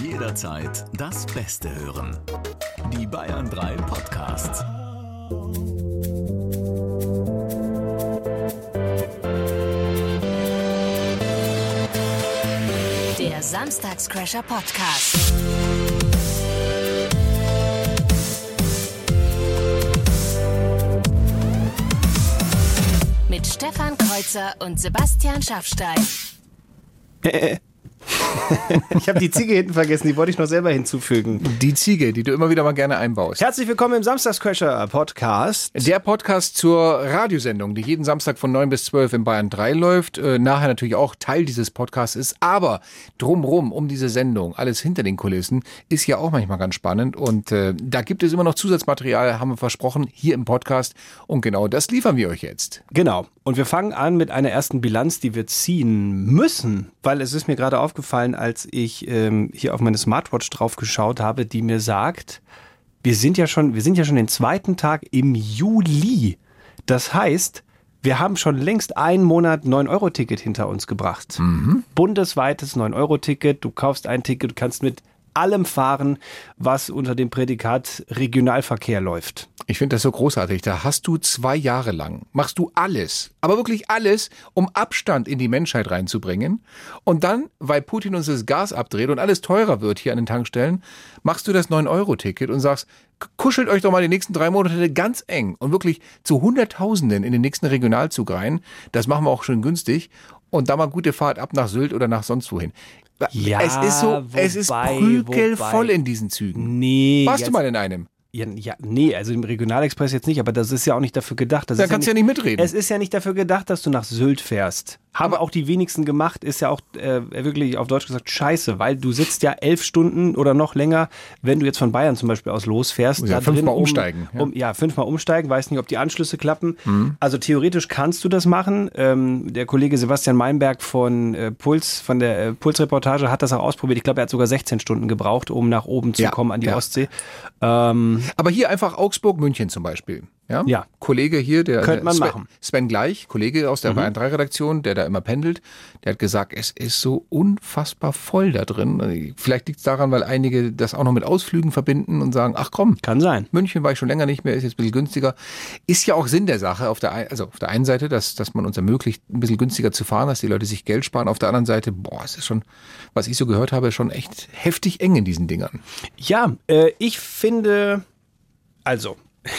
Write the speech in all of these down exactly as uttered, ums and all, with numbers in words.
Jederzeit das Beste hören. Die Bayern drei Podcasts. Der Samstagscrasher Podcast. Mit Stefan Kreuzer und Sebastian Schaffstein. Ich habe die Ziege hinten vergessen, die wollte ich noch selber hinzufügen. Die Ziege, die du immer wieder mal gerne einbaust. Herzlich willkommen im Samstagscrasher Podcast. Der Podcast zur Radiosendung, die jeden Samstag von neun bis zwölf in Bayern drei läuft. Äh, nachher natürlich auch Teil dieses Podcasts ist. Aber drumrum, um diese Sendung, alles hinter den Kulissen, ist ja auch manchmal ganz spannend. Und äh, da gibt es immer noch Zusatzmaterial, haben wir versprochen, hier im Podcast. Und genau das liefern wir euch jetzt. Genau. Und wir fangen an mit einer ersten Bilanz, die wir ziehen müssen. Weil es ist mir gerade aufgefallen, als ich ähm, hier auf meine Smartwatch drauf geschaut habe, die mir sagt, wir sind ja schon, wir sind ja schon den zweiten Tag im Juli. Das heißt, wir haben schon längst einen Monat neun Euro Ticket hinter uns gebracht. Mhm. Bundesweites neun Euro Ticket. Du kaufst ein Ticket, du kannst mit allem fahren, was unter dem Prädikat Regionalverkehr läuft. Ich finde das so großartig. Da hast du zwei Jahre lang, machst du alles, aber wirklich alles, um Abstand in die Menschheit reinzubringen. Und dann, weil Putin uns das Gas abdreht und alles teurer wird hier an den Tankstellen, machst du das neun Euro Ticket und sagst, kuschelt euch doch mal die nächsten drei Monate ganz eng und wirklich zu Hunderttausenden in den nächsten Regionalzug rein. Das machen wir auch schon günstig. Und da mal gute Fahrt ab nach Sylt oder nach sonst wohin. Ja, es ist so, wobei, es ist prügelvoll wobei. in diesen Zügen. Nee. Warst jetzt, du mal in einem? Ja, ja, nee, also im Regionalexpress jetzt nicht, aber das ist ja auch nicht dafür gedacht. Das Da ist kannst du ja, ja nicht mitreden. Es ist ja nicht dafür gedacht, dass du nach Sylt fährst. Haben auch die wenigsten gemacht, ist ja auch äh, wirklich auf Deutsch gesagt scheiße, weil du sitzt ja elf Stunden oder noch länger, wenn du jetzt von Bayern zum Beispiel aus losfährst. Ja, da fünfmal drin, um, umsteigen. Ja. Um, ja, fünfmal umsteigen, weiß nicht, ob die Anschlüsse klappen. Mhm. Also theoretisch kannst du das machen. Ähm, der Kollege Sebastian Meinberg von äh, Puls, von der äh, Puls-Reportage hat das auch ausprobiert. Ich glaube, er hat sogar sechzehn Stunden gebraucht, um nach oben zu ja, kommen an die ja. Ostsee. Ähm, Aber hier einfach Augsburg, München zum Beispiel. Ja, ja. Kollege hier, der, Könnte man Sven, machen. Sven Gleich, Kollege aus der mhm. Bayern drei Redaktion, der da immer pendelt, der hat gesagt, es ist so unfassbar voll da drin. Vielleicht liegt es daran, weil einige das auch noch mit Ausflügen verbinden und sagen, ach komm, kann sein. München war ich schon länger nicht mehr, ist jetzt ein bisschen günstiger. Ist ja auch Sinn der Sache, auf der, ein, also auf der einen Seite, dass, dass man uns ermöglicht, ein bisschen günstiger zu fahren, dass die Leute sich Geld sparen. Auf der anderen Seite, boah, es ist schon, was ich so gehört habe, schon echt heftig eng in diesen Dingern. Ja, äh, ich finde, also,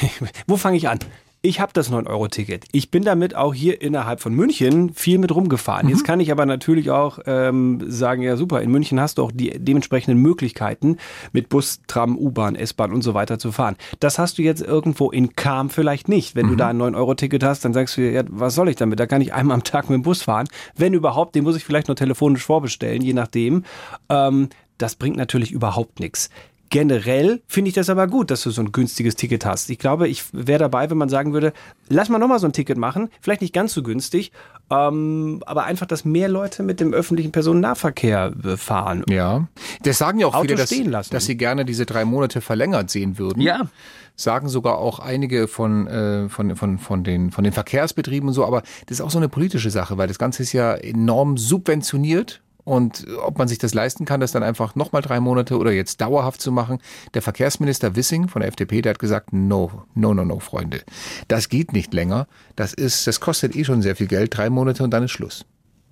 wo fange ich an? Ich habe das neun Euro Ticket. Ich bin damit auch hier innerhalb von München viel mit rumgefahren. Mhm. Jetzt kann ich aber natürlich auch ähm, sagen, ja super, in München hast du auch die dementsprechenden Möglichkeiten, mit Bus, Tram, U-Bahn, S-Bahn und so weiter zu fahren. Das hast du jetzt irgendwo in Cham vielleicht nicht. Wenn mhm. du da ein neun Euro Ticket hast, dann sagst du, ja, was soll ich damit? Da kann ich einmal am Tag mit dem Bus fahren. Wenn überhaupt, den muss ich vielleicht noch telefonisch vorbestellen, je nachdem. Ähm, das bringt natürlich überhaupt nichts. Generell finde ich das aber gut, dass du so ein günstiges Ticket hast. Ich glaube, ich wäre dabei, wenn man sagen würde, lass mal nochmal so ein Ticket machen. Vielleicht nicht ganz so günstig, ähm, aber einfach, dass mehr Leute mit dem öffentlichen Personennahverkehr fahren. Ja, das sagen ja auch Auto viele, dass, stehen lassen. dass sie gerne diese drei Monate verlängert sehen würden. Ja. Sagen sogar auch einige von, äh, von, von, von, den, von den Verkehrsbetrieben und so. Aber das ist auch so eine politische Sache, weil das Ganze ist ja enorm subventioniert. Und ob man sich das leisten kann, das dann einfach nochmal drei Monate oder jetzt dauerhaft zu machen. Der Verkehrsminister Wissing von der F D P, der hat gesagt, no, no, no, no, Freunde. Das geht nicht länger. Das ist, das kostet eh schon sehr viel Geld. Drei Monate und dann ist Schluss.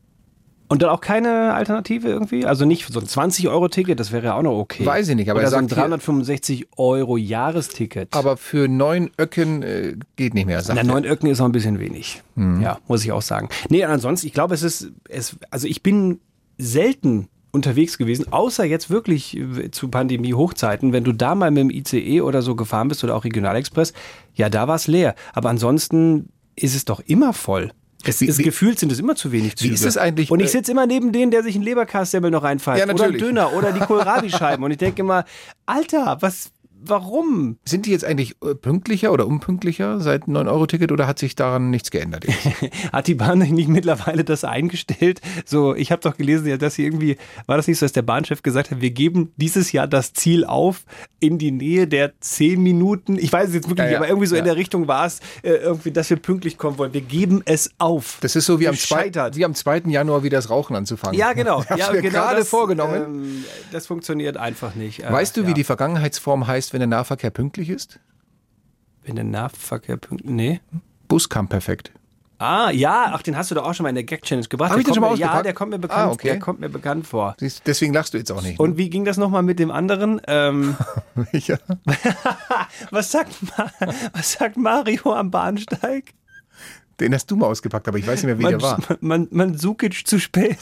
Und dann auch keine Alternative irgendwie? Also nicht so ein zwanzig Euro Ticket, das wäre ja auch noch okay. Weiß ich nicht, aber Oder er so ein sagt dreihundertfünfundsechzig Euro Jahresticket. Aber für neun Öcken äh, geht nicht mehr, sagt Na, neun Öcken ist noch ein bisschen wenig. Mhm. Ja, muss ich auch sagen. Nee, und ansonsten, ich glaube, es ist, es, also ich bin selten unterwegs gewesen, außer jetzt wirklich zu Pandemie-Hochzeiten, wenn du da mal mit dem I C E oder so gefahren bist oder auch Regionalexpress, ja, da war es leer. Aber ansonsten ist es doch immer voll. Es wie, ist wie, gefühlt sind es immer zu wenig Züge. Wie ist es eigentlich? Und ich sitze immer neben denen, der sich einen Leberkassemmel noch reinpfeift. Ja, oder einen Döner oder die Kohlrabi-Scheiben. Und ich denke immer, Alter, was... warum? Sind die jetzt eigentlich pünktlicher oder unpünktlicher seit neun Euro Ticket oder hat sich daran nichts geändert? Hat die Bahn nicht mittlerweile das eingestellt? So, ich habe doch gelesen, dass sie irgendwie, war das nicht so, dass der Bahnchef gesagt hat, wir geben dieses Jahr das Ziel auf in die Nähe der zehn Minuten. Ich weiß es jetzt wirklich ja, nicht, ja. aber irgendwie so ja. in der Richtung war es, äh, irgendwie, dass wir pünktlich kommen wollen. Wir geben es auf. Das ist so wie am, zwei, Gescheitert. wie am zweiten Januar wieder das Rauchen anzufangen. Ja, genau. Ich hab's ja, mir genau gerade das, vorgenommen. Ähm, das funktioniert einfach nicht. Äh, Weißt du, ja. wie die Vergangenheitsform heißt, wenn der Nahverkehr pünktlich ist? Wenn der Nahverkehr pünktlich... Nee. Buskamperfekt. Ah, ja, ach, den hast du doch auch schon mal in der Gag-Challenge gebracht. Hab ich den kommt schon mal mir, Ja, ausgepackt? der kommt mir bekannt, Ah, okay. der kommt mir bekannt vor. Siehst, deswegen lachst du jetzt auch nicht. Und wie ging das nochmal mit dem anderen? Ähm, ja. was, sagt Ma- was sagt Mario am Bahnsteig? Den hast du mal ausgepackt, aber ich weiß nicht mehr, wie Man, der war. man, Mandzukic zu spät.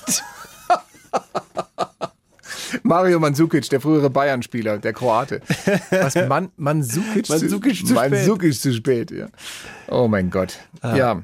Mario Mandzukic, der frühere Bayern-Spieler, der Kroate. Was? Man, Mandzukic, Mandzukic zu, zu spät. Mandzukic zu spät, ja. Oh mein Gott. Ah. Ja.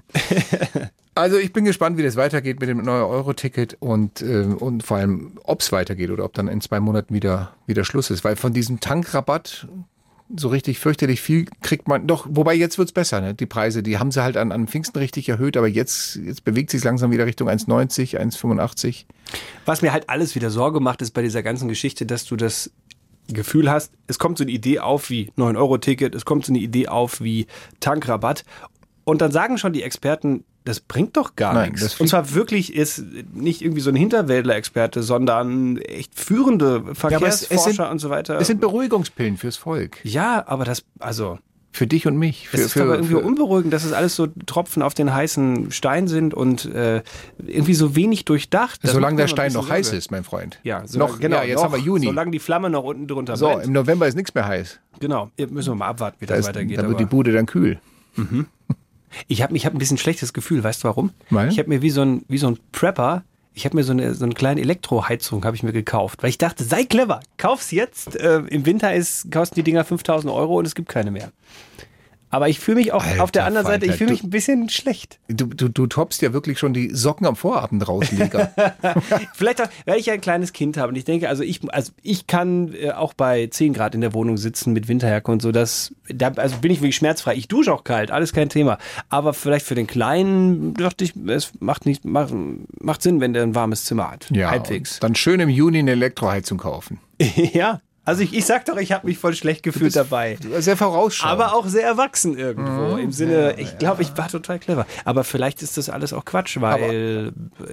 Also ich bin gespannt, wie das weitergeht mit dem neun Euro Ticket und, äh, und vor allem, ob es weitergeht oder ob dann in zwei Monaten wieder, wieder Schluss ist. Weil von diesem Tankrabatt so richtig fürchterlich viel kriegt man, doch, wobei jetzt wird's besser, ne? Die Preise, die haben sie halt an, an Pfingsten richtig erhöht, aber jetzt, jetzt bewegt sich langsam wieder Richtung eins neunzig, eins fünfundachtzig. Was mir halt alles wieder Sorge macht, ist bei dieser ganzen Geschichte, dass du das Gefühl hast, es kommt so eine Idee auf wie neun Euro Ticket, es kommt so eine Idee auf wie Tankrabatt und dann sagen schon die Experten, das bringt doch gar Nein, nichts. Und zwar wirklich ist nicht irgendwie so ein Hinterwäldler-Experte, sondern echt führende Verkehrsforscher ja, es sind, und so weiter. Es sind Beruhigungspillen fürs Volk. Ja, aber das, also... Für dich und mich. Für, es ist für, aber irgendwie für, unberuhigend, dass es alles so Tropfen auf den heißen Stein sind und äh, irgendwie so wenig durchdacht. Das solange der macht mir Stein ein bisschen noch heiß Sorge. ist, mein Freund. Ja, so noch, lange, genau, ja, jetzt noch, haben wir Juni. Solange die Flamme noch unten drunter So, brennt. im November ist nichts mehr heiß. Genau, jetzt müssen wir mal abwarten, wie Da, das ist, weitergeht. da wird aber die Bude dann kühl. Mhm. Ich habe ich hab ein bisschen schlechtes Gefühl, weißt du warum? Weil? Ich habe mir wie so ein, wie so ein Prepper, ich habe mir so eine, so eine kleine Elektroheizung habe ich mir gekauft, weil ich dachte, sei clever, kauf's jetzt. Äh, Im Winter ist, kosten die Dinger fünftausend Euro und es gibt keine mehr. Aber ich fühle mich auch Alter auf der anderen Falter, Seite, ich fühle du- mich ein bisschen schlecht. Du, du, du toppst ja wirklich schon die Socken am Vorabend raus, Liga. Vielleicht auch, weil ich ja ein kleines Kind habe und ich denke, also ich, also ich kann äh, auch bei zehn Grad in der Wohnung sitzen mit Winterjacke und so, das, da, also bin ich wirklich schmerzfrei. Ich dusche auch kalt, alles kein Thema. Aber vielleicht für den Kleinen dachte ich, es macht nicht, macht, macht Sinn, wenn der ein warmes Zimmer hat. Ja, Halbwegs. und dann schön im Juni eine Elektroheizung kaufen. Ja. Also ich, ich sag doch, ich habe mich voll schlecht gefühlt dabei. Sehr vorausschauend. Aber auch sehr erwachsen irgendwo. Mhm. Im Sinne, ich glaube, ich war total clever. Aber vielleicht ist das alles auch Quatsch, weil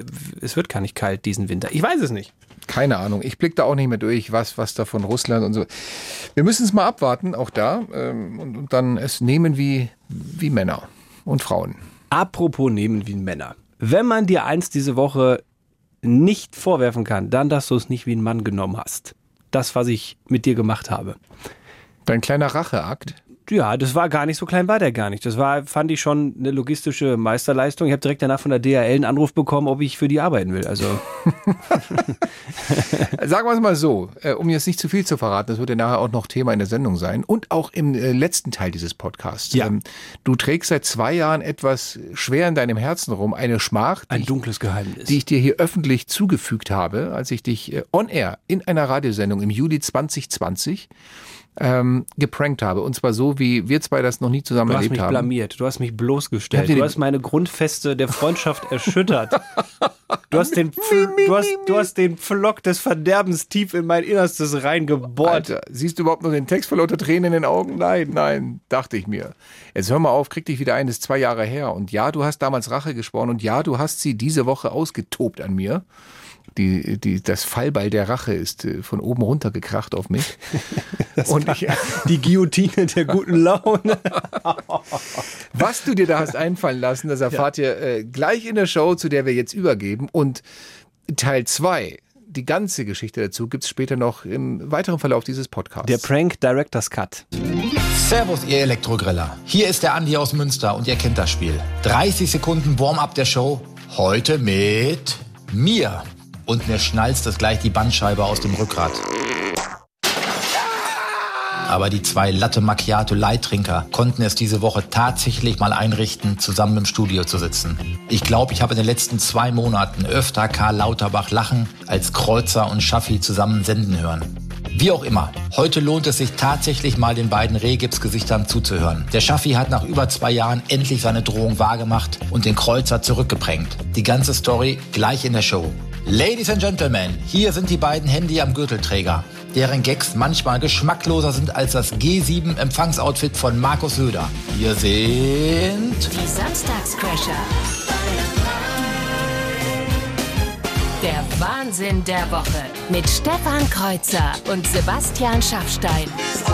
es wird gar nicht kalt diesen Winter. Ich weiß es nicht. Keine Ahnung. Ich blicke da auch nicht mehr durch, was, was da von Russland und so. Wir müssen es mal abwarten, auch da. ähm, Und, und dann es nehmen wie, wie Männer und Frauen. Apropos nehmen wie Männer. Wenn man dir eins diese Woche nicht vorwerfen kann, dann, dass du es nicht wie ein Mann genommen hast. Das, was ich mit dir gemacht habe. Dein kleiner Racheakt. Ja, das war gar nicht so klein, war der gar nicht. Das war, fand ich schon eine logistische Meisterleistung. Ich habe direkt danach von der D H L einen Anruf bekommen, ob ich für die arbeiten will. Also Sagen wir es mal so, äh, um jetzt nicht zu viel zu verraten, das wird ja nachher auch noch Thema in der Sendung sein und auch im äh, letzten Teil dieses Podcasts. Ja. Ähm, du trägst seit zwei Jahren etwas schwer in deinem Herzen rum, eine Schmach, die, ein ich, dunkles Geheimnis. die ich dir hier öffentlich zugefügt habe, als ich dich äh, on air in einer Radiosendung im Juli zwanzig zwanzig ähm, geprankt habe. Und zwar so, wie wir zwei das noch nie zusammen Du hast erlebt mich haben. blamiert, du hast mich bloßgestellt, Habt ihr du den- hast meine Grundfeste der Freundschaft erschüttert. Du hast, den, du, hast, du hast den Pflock des Verderbens tief in mein Innerstes reingebohrt. Alter, siehst du überhaupt noch den Text vor lauter Tränen in den Augen? Nein, nein, dachte ich mir. Jetzt hör mal auf, krieg dich wieder ein, das ist zwei Jahre her. Und ja, du hast damals Rache geschworen und ja, du hast sie diese Woche ausgetobt an mir. Die, die, das Fallbeil der Rache ist äh, von oben runter gekracht auf mich. Und ich, Die Guillotine der guten Laune. was du dir da hast einfallen lassen, das erfahrt ihr äh, gleich in der Show, zu der wir jetzt übergeben. Und Teil zwei, die ganze Geschichte dazu, gibt's später noch im weiteren Verlauf dieses Podcasts. Der Prank Director's Cut. Servus, ihr Elektrogriller. Hier ist der Andi aus Münster und ihr kennt das Spiel. dreißig Sekunden Warm-up der Show. Heute mit mir. Und mir schnalzt es gleich die Bandscheibe aus dem Rückgrat. Aber die zwei Latte Macchiato Leittrinker konnten es diese Woche tatsächlich mal einrichten, zusammen im Studio zu sitzen. Ich glaube, ich habe in den letzten zwei Monaten öfter Karl Lauterbach lachen als Kreuzer und Schaffi zusammen senden hören. Wie auch immer, heute lohnt es sich tatsächlich mal den beiden Rehgipsgesichtern zuzuhören. Der Schaffi hat nach über zwei Jahren endlich seine Drohung wahrgemacht und den Kreuzer zurückgeprankt. Die ganze Story gleich in der Show. Ladies and Gentlemen, hier sind die beiden Handy am Gürtelträger, deren Gags manchmal geschmackloser sind als das G sieben Empfangsoutfit von Markus Söder. Hier sind die Samstagscrasher. Der Wahnsinn der Woche mit Stefan Kreuzer und Sebastian Schaffstein.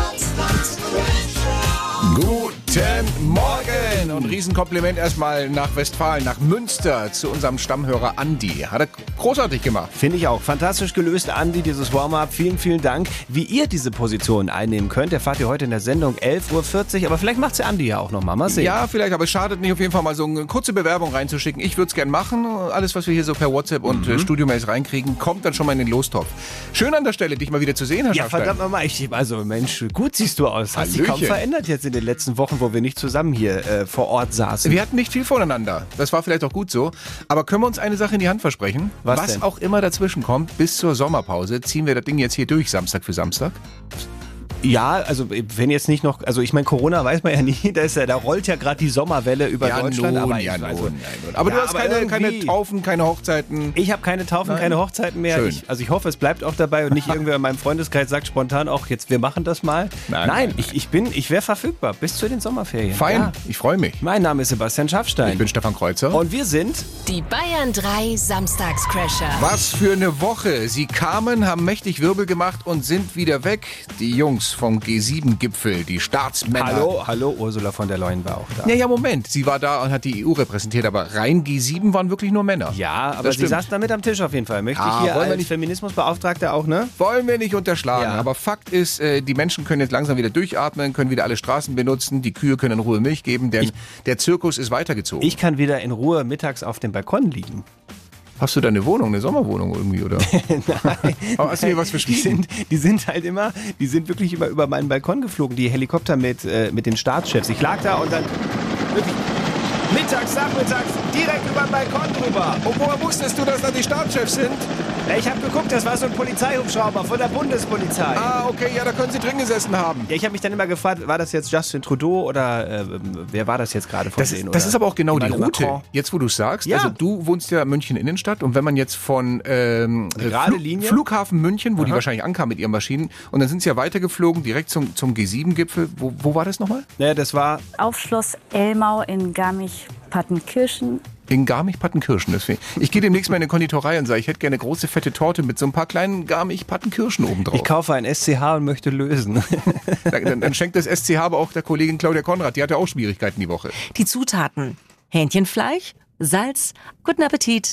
Guten Morgen und Riesenkompliment erstmal nach Westfalen, nach Münster zu unserem Stammhörer Andi. Hat er großartig gemacht. Finde ich auch. Fantastisch gelöst, Andi, dieses Warm-up. Vielen, vielen Dank. Wie ihr diese Position einnehmen könnt, erfahrt ihr heute in der Sendung elf Uhr vierzig. Aber vielleicht macht's ja Andi ja auch nochmal. Mal sehen. Ja, vielleicht, aber es schadet nicht, auf jeden Fall mal so eine kurze Bewerbung reinzuschicken. Ich würde es gern machen. Alles, was wir hier so per WhatsApp und mhm. Studio-Mails reinkriegen, kommt dann schon mal in den Lostopf. Schön an der Stelle, dich mal wieder zu sehen, Herr Ja, Schaffstein. verdammt nochmal. Ich, also Mensch, gut siehst du aus. Hast dich kaum Hallöchen. verändert jetzt in den letzten Wochen, wo wir nicht zusammen hier äh, vor Ort saßen. Wir hatten nicht viel voneinander. Das war vielleicht auch gut so. Aber können wir uns eine Sache in die Hand versprechen? Was Was denn? auch immer dazwischen kommt, bis zur Sommerpause, ziehen wir das Ding jetzt hier durch, Samstag für Samstag. Ja, also wenn jetzt nicht noch, also ich meine, Corona weiß man ja nie, da, ist ja, da rollt ja gerade die Sommerwelle über Deutschland. nun, aber ja, ich, nun, also, ja, nun. Aber ja, du hast aber keine, keine irgendwie- Taufen, keine Hochzeiten. Ich habe keine Taufen, Nein? keine Hochzeiten mehr. Schön. Ich, also ich hoffe, es bleibt auch dabei und nicht irgendwer in meinem Freundeskreis sagt spontan auch, jetzt wir machen das mal. Nein, nein, nein. ich, ich bin, ich wäre verfügbar bis zu den Sommerferien. Fein, Ja. ich freue mich. Mein Name ist Sebastian Schaffstein. Ich bin Stefan Kreuzer. und wir sind Die Bayern drei Samstagscrasher. Was für eine Woche. Sie kamen, haben mächtig Wirbel gemacht und sind wieder weg. Die Jungs vom G sieben Gipfel, die Staatsmänner. Hallo, hallo, Ursula von der Leyen war auch da. Ja, ja, Moment. Sie war da und hat die E U repräsentiert, aber rein G sieben waren wirklich nur Männer. Ja, aber Das sie stimmt. saß da mit am Tisch auf jeden Fall. Möchte Ja, ich hier wollen wir als nicht- Feminismusbeauftragter auch, ne? Wollen wir nicht unterschlagen. Ja. Aber Fakt ist, äh, die Menschen können jetzt langsam wieder durchatmen, können wieder alle Straßen benutzen, die Kühe können in Ruhe Milch geben, denn der Zirkus ist weitergezogen. Ich kann wieder in Ruhe mittags auf dem Balkon liegen. Hast du da eine Wohnung, eine Sommerwohnung irgendwie, oder? Nein. Aber hast du mir was Die verschwiegen? sind, die sind halt immer, die sind wirklich immer über meinen Balkon geflogen, die Helikopter mit, äh, mit den Staatschefs. Ich lag da und dann wirklich mittags, nachmittags direkt über den Balkon drüber. Und woher wusstest du, dass da die Staatschefs sind? Ja, ich habe geguckt, das war so ein Polizeihubschrauber von der Bundespolizei. Ah, okay, ja, da können sie drin gesessen haben. Ja, ich habe mich dann immer gefragt, war das jetzt Justin Trudeau oder äh, wer war das jetzt gerade von Das, denen? ist, das oder ist aber auch genau die Emmanuel Route. Macron? Jetzt, wo du sagst, Ja. also du wohnst ja München Innenstadt und wenn man jetzt von ähm, gerade Flu- Linie? Flughafen München, wo die Aha. wahrscheinlich ankamen mit ihren Maschinen und dann sind sie ja weitergeflogen direkt zum, zum G sieben Gipfel. Wo, wo war das nochmal? Naja, das war, auf Schloss Elmau in Garmisch-Partenkirchen. In Garmisch-Partenkirchen. Deswegen. Ich gehe demnächst mal in eine Konditorei und sage, ich hätte gerne eine große, fette Torte mit so ein paar kleinen Garmisch-Partenkirchen oben drauf. ich kaufe ein S C H und möchte lösen. Dann, dann schenkt das S C H aber auch der Kollegin Claudia Konrad. Die hatte auch Schwierigkeiten die Woche. Die Zutaten: Hähnchenfleisch, Salz, guten Appetit.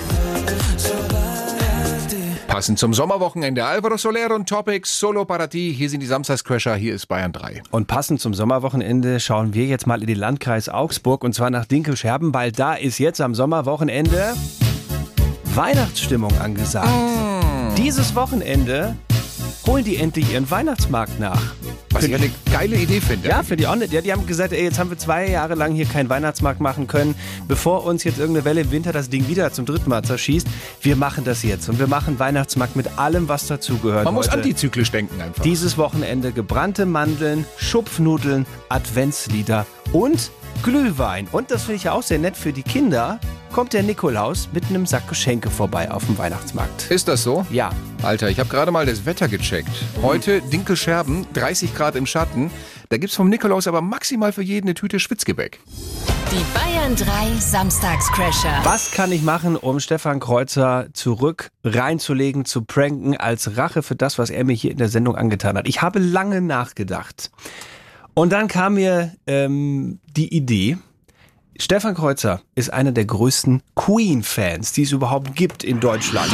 Passend zum Sommerwochenende. Alvaro Soler und Topics, Solo para ti. Hier sind die Samstagscrasher, hier ist Bayern drei. Und passend zum Sommerwochenende schauen wir jetzt mal in den Landkreis Augsburg und zwar nach Dinkelscherben, weil da ist jetzt am Sommerwochenende Weihnachtsstimmung angesagt. Dieses Wochenende holen die endlich ihren Weihnachtsmarkt nach. Was ich eine geile Idee finde. Ja, finde ich auch nicht. Ja, die haben gesagt, ey, jetzt haben wir zwei Jahre lang hier keinen Weihnachtsmarkt machen können, bevor uns jetzt irgendeine Welle im Winter das Ding wieder zum dritten Mal zerschießt. Wir machen das jetzt und wir machen Weihnachtsmarkt mit allem, was dazugehört. Man muss heute. antizyklisch denken einfach. Dieses Wochenende gebrannte Mandeln, Schupfnudeln, Adventslieder und Glühwein. Und das finde ich ja auch sehr nett für die Kinder, kommt der Nikolaus mit einem Sack Geschenke vorbei auf dem Weihnachtsmarkt. Ist das so? Ja. Alter, ich habe gerade mal das Wetter gecheckt. Heute Dinkelscherben, dreißig Grad im Schatten. Da gibt's vom Nikolaus aber maximal für jeden eine Tüte Schwitzgebäck. Die Bayern drei Samstagscrasher. Was kann ich machen, um Stefan Kreuzer zurück reinzulegen, zu pranken, als Rache für das, was er mir hier in der Sendung angetan hat? Ich habe lange nachgedacht. Und dann kam mir ähm, die Idee, Stefan Kreuzer ist einer der größten Queen-Fans, die es überhaupt gibt in Deutschland.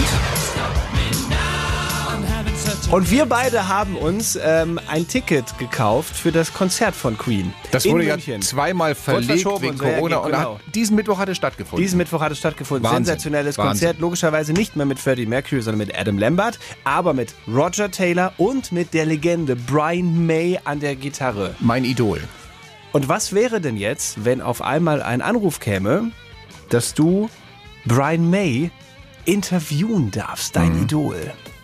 Und wir beide haben uns ähm, ein Ticket gekauft für das Konzert von Queen. Das in wurde ja München. zweimal verlegt verschoben wegen und so, ja, Corona. genau. Und hat, diesen Mittwoch hat es stattgefunden. Diesen Mittwoch hat es stattgefunden. Wahnsinn. Sensationelles Wahnsinn. Konzert. Logischerweise nicht mehr mit Freddie Mercury, sondern mit Adam Lambert, aber mit Roger Taylor und mit der Legende Brian May an der Gitarre. Mein Idol. Und was wäre denn jetzt, wenn auf einmal ein Anruf käme, dass du Brian May interviewen darfst, dein Mhm. Idol?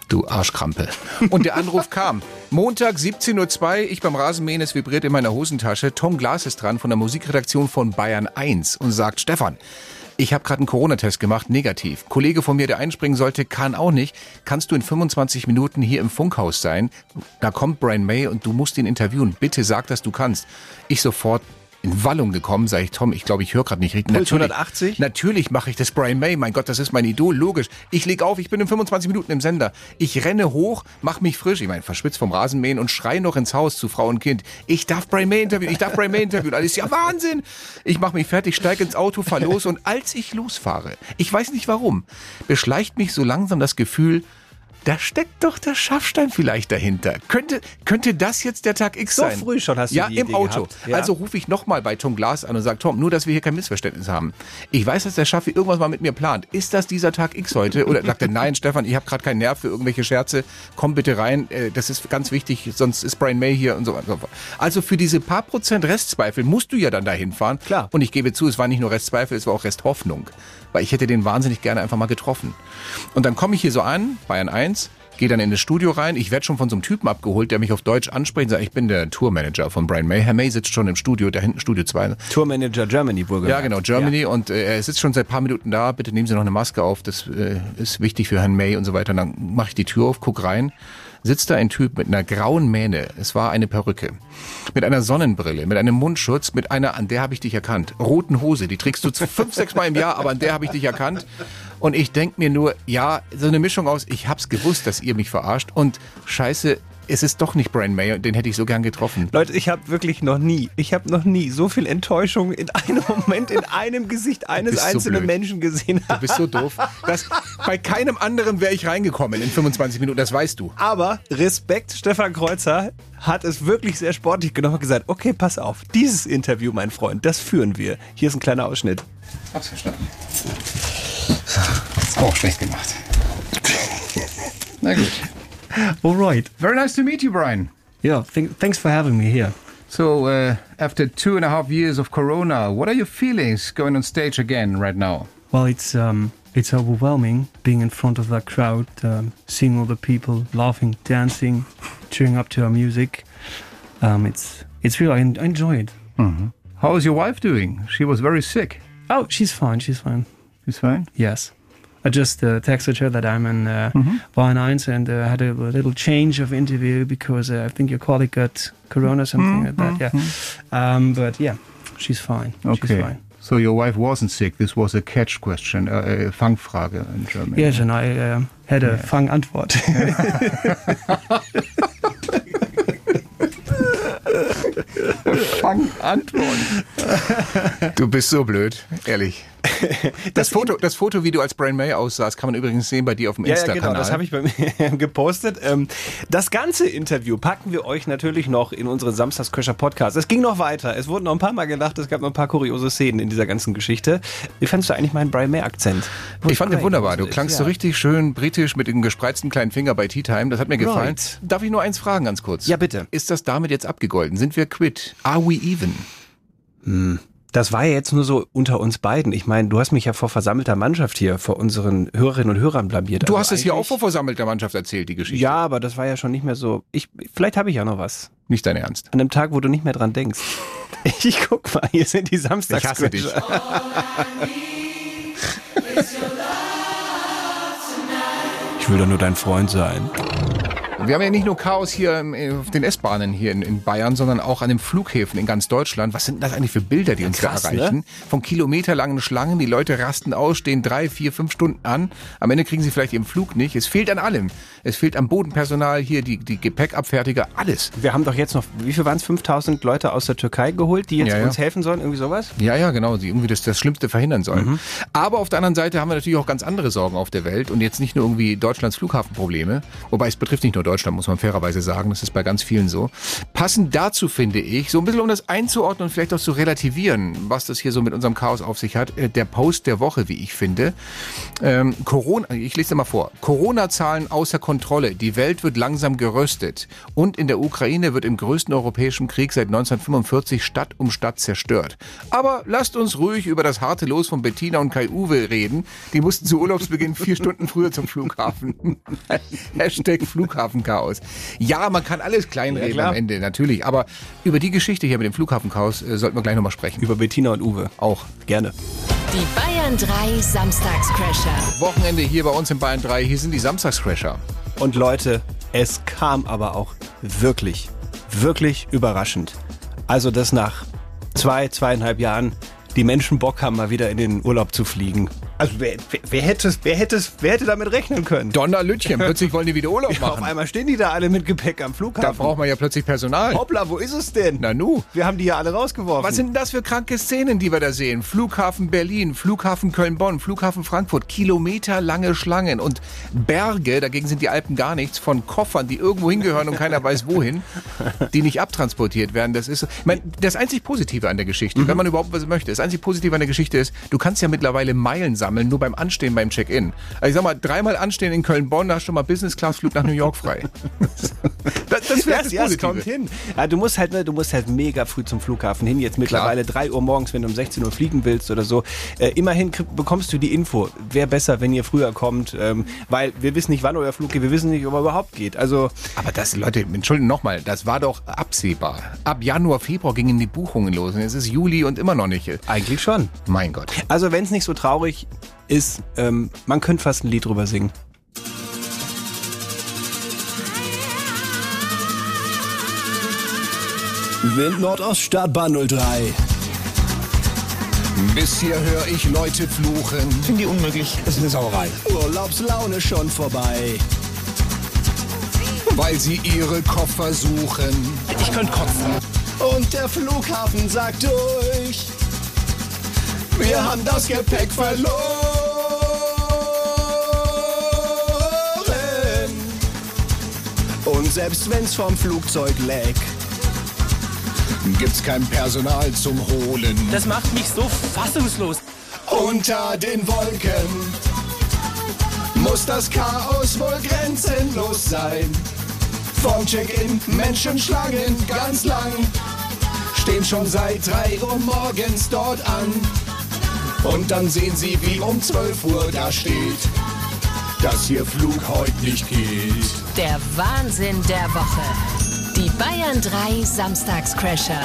Du Arschkrampe. Und der Anruf kam. Montag siebzehn Uhr zwei, ich beim Rasenmähen, es vibriert in meiner Hosentasche. Tom Glas ist dran von der Musikredaktion von Bayern eins und sagt, Stefan, ich habe gerade einen Corona-Test gemacht, negativ. Kollege von mir, der einspringen sollte, kann auch nicht. Kannst du in fünfundzwanzig Minuten hier im Funkhaus sein? Da kommt Brian May und du musst ihn interviewen. Bitte sag, dass du kannst. Ich sofort in Wallung gekommen, sage ich, Tom, ich glaube, ich höre gerade nicht richtig. Puls hundertachtzig? Natürlich mache ich das Brian May, mein Gott, das ist mein Idol, logisch. Ich leg auf, ich bin in fünfundzwanzig Minuten im Sender. Ich renne hoch, mach mich frisch, ich meine, verschwitzt vom Rasenmähen und schrei noch ins Haus zu Frau und Kind. Ich darf Brian May interviewen, ich darf Brian May interviewen. Alles ja Wahnsinn. Ich mache mich fertig, steige ins Auto, fahr los und als ich losfahre, ich weiß nicht warum, beschleicht mich so langsam das Gefühl, da steckt doch der Schaffstein vielleicht dahinter. Könnte, könnte das jetzt der Tag X so sein? So früh schon hast du ja, die im Idee Auto. gehabt. Ja. Also rufe ich nochmal bei Tom Glas an und sage, Tom, nur, dass wir hier kein Missverständnis haben. Ich weiß, dass der Schaffi irgendwas mal mit mir plant. Ist das dieser Tag X heute? Oder sagt er, nein, Stefan, ich habe gerade keinen Nerv für irgendwelche Scherze. Komm bitte rein, das ist ganz wichtig, sonst ist Brian May hier und so weiter. Also für diese paar Prozent Restzweifel musst du ja dann dahin fahren. Klar. Und ich gebe zu, es war nicht nur Restzweifel, es war auch Resthoffnung. Weil ich hätte den wahnsinnig gerne einfach mal getroffen. Und dann komme ich hier so an, Bayern eins, gehe dann in das Studio rein. Ich werde schon von so einem Typen abgeholt, der mich auf Deutsch anspricht und sagt, ich bin der Tourmanager von Brian May. Herr May sitzt schon im Studio, da hinten Studio zwei. Tourmanager Germany, wohl Ja, genau, Germany. Ja. Und äh, er sitzt schon seit ein paar Minuten da. Bitte nehmen Sie noch eine Maske auf, das äh, ist wichtig für Herrn May und so weiter. Und dann mache ich die Tür auf, guck rein. Sitzt da ein Typ mit einer grauen Mähne, es war eine Perücke, mit einer Sonnenbrille, mit einem Mundschutz, mit einer, an der habe ich dich erkannt, roten Hose, die trägst du fünf, sechs Mal im Jahr, aber an der habe ich dich erkannt. Und ich denk mir nur, ja, so eine Mischung aus, ich hab's gewusst, dass ihr mich verarscht und scheiße, es ist doch nicht Brian May, den hätte ich so gern getroffen. Leute, ich habe wirklich noch nie, ich habe noch nie so viel Enttäuschung in einem Moment, in einem Gesicht eines einzelnen so Menschen gesehen. Du bist so doof. Das, bei keinem anderen wäre ich reingekommen in fünfundzwanzig Minuten, das weißt du. Aber Respekt, Stefan Kreuzer hat es wirklich sehr sportlich genommen und gesagt, okay, pass auf, dieses Interview, mein Freund, das führen wir. Hier ist ein kleiner Ausschnitt. Hab's verstanden. So, ist auch schlecht gemacht. Na gut. All right. Very nice to meet you, Brian. Yeah, th- thanks for having me here. So, uh, after two and a half years of Corona, what are your feelings going on stage again right now? Well, it's um, it's overwhelming being in front of that crowd, um, seeing all the people laughing, dancing, cheering up to our music. Um, it's it's real. I, en- I enjoy it. Mm-hmm. How is your wife doing? She was very sick. Oh, she's fine. She's fine. She's fine? Yes. I just uh, texted her that I'm in uh, mm-hmm. Bayern eins and uh, had a, a little change of interview because uh, I think your colleague got corona, something mm-hmm. like that. Yeah, um, but yeah, she's fine. Okay. She's fine. So your wife wasn't sick. This was a catch question, uh, a Fangfrage in German. Yes, and I uh, had a yeah. Fang-Antwort. Fang-Antwort. Du bist so blöd, ehrlich. Das Foto, das Foto, wie du als Brian May aussahst, kann man übrigens sehen bei dir auf dem Insta-Kanal. Ja, genau, das habe ich bei mir gepostet. Das ganze Interview packen wir euch natürlich noch in unseren Samstagsköcher-Podcast. Es ging noch weiter. Es wurden noch ein paar Mal gelacht. Es gab noch ein paar kuriose Szenen in dieser ganzen Geschichte. Wie fandest du eigentlich meinen Brian May-Akzent? Ich fand den wunderbar. Du klangst ja. so richtig schön britisch mit dem gespreizten kleinen Finger bei Tea Time. Das hat mir gefallen. Right. Darf ich nur eins fragen, ganz kurz? Ja, bitte. Ist das damit jetzt abgegolten? Sind wir quit? Are we even? Hm. Das war ja jetzt nur so unter uns beiden. Ich meine, du hast mich ja vor versammelter Mannschaft hier, vor unseren Hörerinnen und Hörern blamiert. Du also hast es hier auch vor versammelter Mannschaft erzählt, die Geschichte. Ja, aber das war ja schon nicht mehr so. Ich, vielleicht habe ich ja noch was. Nicht dein Ernst. An einem Tag, wo du nicht mehr dran denkst. Ich guck mal, hier sind die Samstagsköcher. Ich hasse dich. Ich will doch nur dein Freund sein. Wir haben ja nicht nur Chaos hier auf den S-Bahnen hier in, in Bayern, sondern auch an den Flughäfen in ganz Deutschland. Was sind das eigentlich für Bilder, die uns Krass, da erreichen? Ne? Von kilometerlangen Schlangen, die Leute rasten aus, stehen drei, vier, fünf Stunden an. Am Ende kriegen sie vielleicht ihren Flug nicht. Es fehlt an allem. Es fehlt am Bodenpersonal, hier die, die Gepäckabfertiger, alles. Wir haben doch jetzt noch, wie viel waren es, fünftausend Leute aus der Türkei geholt, die jetzt ja, ja. uns helfen sollen, irgendwie sowas? Ja, ja, genau, die irgendwie das, das Schlimmste verhindern sollen. Mhm. Aber auf der anderen Seite haben wir natürlich auch ganz andere Sorgen auf der Welt und jetzt nicht nur irgendwie Deutschlands Flughafenprobleme, wobei es betrifft nicht nur Deutschland. Deutschland, muss man fairerweise sagen. Das ist bei ganz vielen so. Passend dazu finde ich, so ein bisschen um das einzuordnen und vielleicht auch zu relativieren, was das hier so mit unserem Chaos auf sich hat, der Post der Woche, wie ich finde. Ähm, Corona, ich lese dir mal vor. Corona-Zahlen außer Kontrolle. Die Welt wird langsam geröstet. Und in der Ukraine wird im größten europäischen Krieg seit neunzehnhundertfünfundvierzig Stadt um Stadt zerstört. Aber lasst uns ruhig über das harte Los von Bettina und Kai-Uwe reden. Die mussten zu Urlaubsbeginn vier Stunden früher zum Flughafen. Hashtag Flughafenchaos. Ja, man kann alles kleinreden ja, am Ende, natürlich. Aber über die Geschichte hier mit dem Flughafenchaos äh, sollten wir gleich nochmal sprechen. Über Bettina und Uwe. Auch. Gerne. Die Bayern drei Samstagscrasher. Wochenende hier bei uns in Bayern drei. Hier sind die Samstagscrasher. Und Leute, es kam aber auch wirklich, wirklich überraschend. Also, dass nach zwei, zweieinhalb Jahren die Menschen Bock haben, mal wieder in den Urlaub zu fliegen. Also wer, wer, wer, hätte, wer, hätte, wer hätte damit rechnen können? Donnerlütchen, plötzlich wollen die wieder Urlaub ja, machen. Auf einmal stehen die da alle mit Gepäck am Flughafen. Da braucht man ja plötzlich Personal. Hoppla, wo ist es denn? Na nu. Wir haben die ja alle rausgeworfen. Was sind denn das für kranke Szenen, die wir da sehen? Flughafen Berlin, Flughafen Köln-Bonn, Flughafen Frankfurt, kilometerlange Schlangen und Berge, dagegen sind die Alpen gar nichts, von Koffern, die irgendwo hingehören und keiner weiß wohin, die nicht abtransportiert werden. Das ist, ich meine, das einzig Positive an der Geschichte, mhm. wenn man überhaupt was möchte, das einzig Positive an der Geschichte ist, du kannst ja mittlerweile Meilen sammeln, nur beim Anstehen beim Check-in. Also ich sag mal, dreimal anstehen in Köln-Bonn, da hast du schon mal Business-Class-Flug nach New York frei. das das, das, das, ja, das kommt hin. Ja, du musst halt, du musst halt mega früh zum Flughafen hin. Jetzt mittlerweile Klar. drei Uhr morgens, wenn du um sechzehn Uhr fliegen willst oder so. Äh, immerhin krieg, bekommst du die Info. Wäre besser, wenn ihr früher kommt, ähm, weil wir wissen nicht, wann euer Flug geht. Wir wissen nicht, ob er überhaupt geht. Also, aber das, Leute, entschuldigen nochmal, das war doch absehbar. Ab Januar, Februar gingen die Buchungen los. Und es ist Juli und immer noch nicht. Eigentlich schon. Mein Gott. Also wenn es nicht so traurig ist, ähm, man könnte fast ein Lied drüber singen. Wind Nordost Bahn null drei. Bis hier höre ich Leute fluchen. Finde ich unmöglich. Das ist eine Sauerei. Urlaubslaune schon vorbei. Weil sie ihre Koffer suchen. Ich könnte kotzen. Und der Flughafen sagt durch. Wir haben das Gepäck verloren. Und selbst wenn's vom Flugzeug lag, gibt's kein Personal zum Holen. Das macht mich so fassungslos. Unter den Wolken muss das Chaos wohl grenzenlos sein. Vom Check-in Menschenschlangen ganz lang stehen schon seit drei Uhr morgens dort an. Und dann sehen sie, wie um zwölf Uhr da steht, dass hier Flug heute nicht geht. Der Wahnsinn der Woche. Die Bayern drei Samstagscrasher.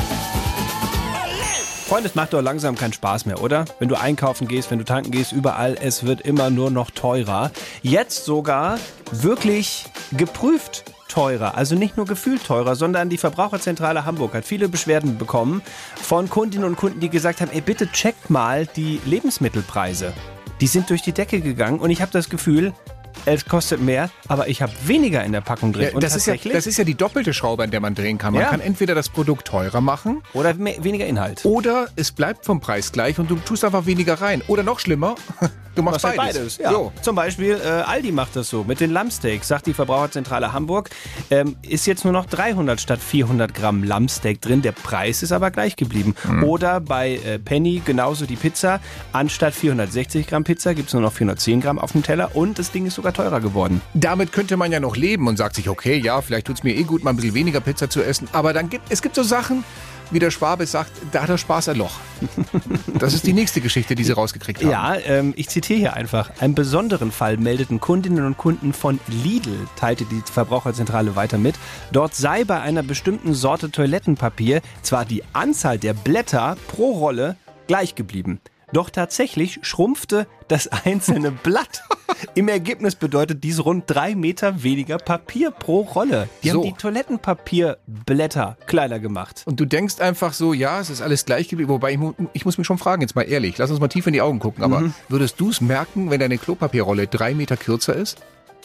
Freunde, es macht doch langsam keinen Spaß mehr, oder? Wenn du einkaufen gehst, wenn du tanken gehst, überall, es wird immer nur noch teurer. Jetzt sogar wirklich geprüft teurer. Also nicht nur gefühlt teurer, sondern die Verbraucherzentrale Hamburg hat viele Beschwerden bekommen von Kundinnen und Kunden, die gesagt haben, ey, bitte checkt mal die Lebensmittelpreise. Die sind durch die Decke gegangen und ich habe das Gefühl, es kostet mehr, aber ich habe weniger in der Packung drin. Ja, und das, ist ja, das ist ja die doppelte Schraube, an der man drehen kann. Man ja. kann entweder das Produkt teurer machen. Oder mehr, weniger Inhalt. Oder es bleibt vom Preis gleich und du tust einfach weniger rein. Oder noch schlimmer, du machst beides. Halt beides. Ja. So. Zum Beispiel äh, Aldi macht das so. Mit den Lammsteaks, sagt die Verbraucherzentrale Hamburg, ähm, ist jetzt nur noch dreihundert statt vierhundert Gramm Lammsteak drin. Der Preis ist aber gleich geblieben. Mhm. Oder bei äh, Penny genauso die Pizza. Anstatt vierhundertsechzig Gramm Pizza gibt es nur noch vierhundertzehn Gramm auf dem Teller. Und das Ding ist sogar teurer geworden. Damit könnte man ja noch leben und sagt sich, okay, ja, vielleicht tut es mir eh gut, mal ein bisschen weniger Pizza zu essen. Aber dann gibt es gibt so Sachen, wie der Schwabe sagt, da hat der Spaß ein Loch. Das ist die nächste Geschichte, die sie rausgekriegt haben. Ja, ähm, ich zitiere hier einfach. Einen besonderen Fall meldeten Kundinnen und Kunden von Lidl, teilte die Verbraucherzentrale weiter mit. Dort sei bei einer bestimmten Sorte Toilettenpapier zwar die Anzahl der Blätter pro Rolle gleich geblieben. Doch tatsächlich schrumpfte das einzelne Blatt. Im Ergebnis bedeutet dies rund drei Meter weniger Papier pro Rolle. Die so. haben die Toilettenpapierblätter kleiner gemacht. Und du denkst einfach so, ja, es ist alles gleich geblieben. Wobei, ich, mu- ich muss mich schon fragen, jetzt mal ehrlich, lass uns mal tief in die Augen gucken. Aber mhm. würdest du es merken, wenn deine Klopapierrolle drei Meter kürzer ist?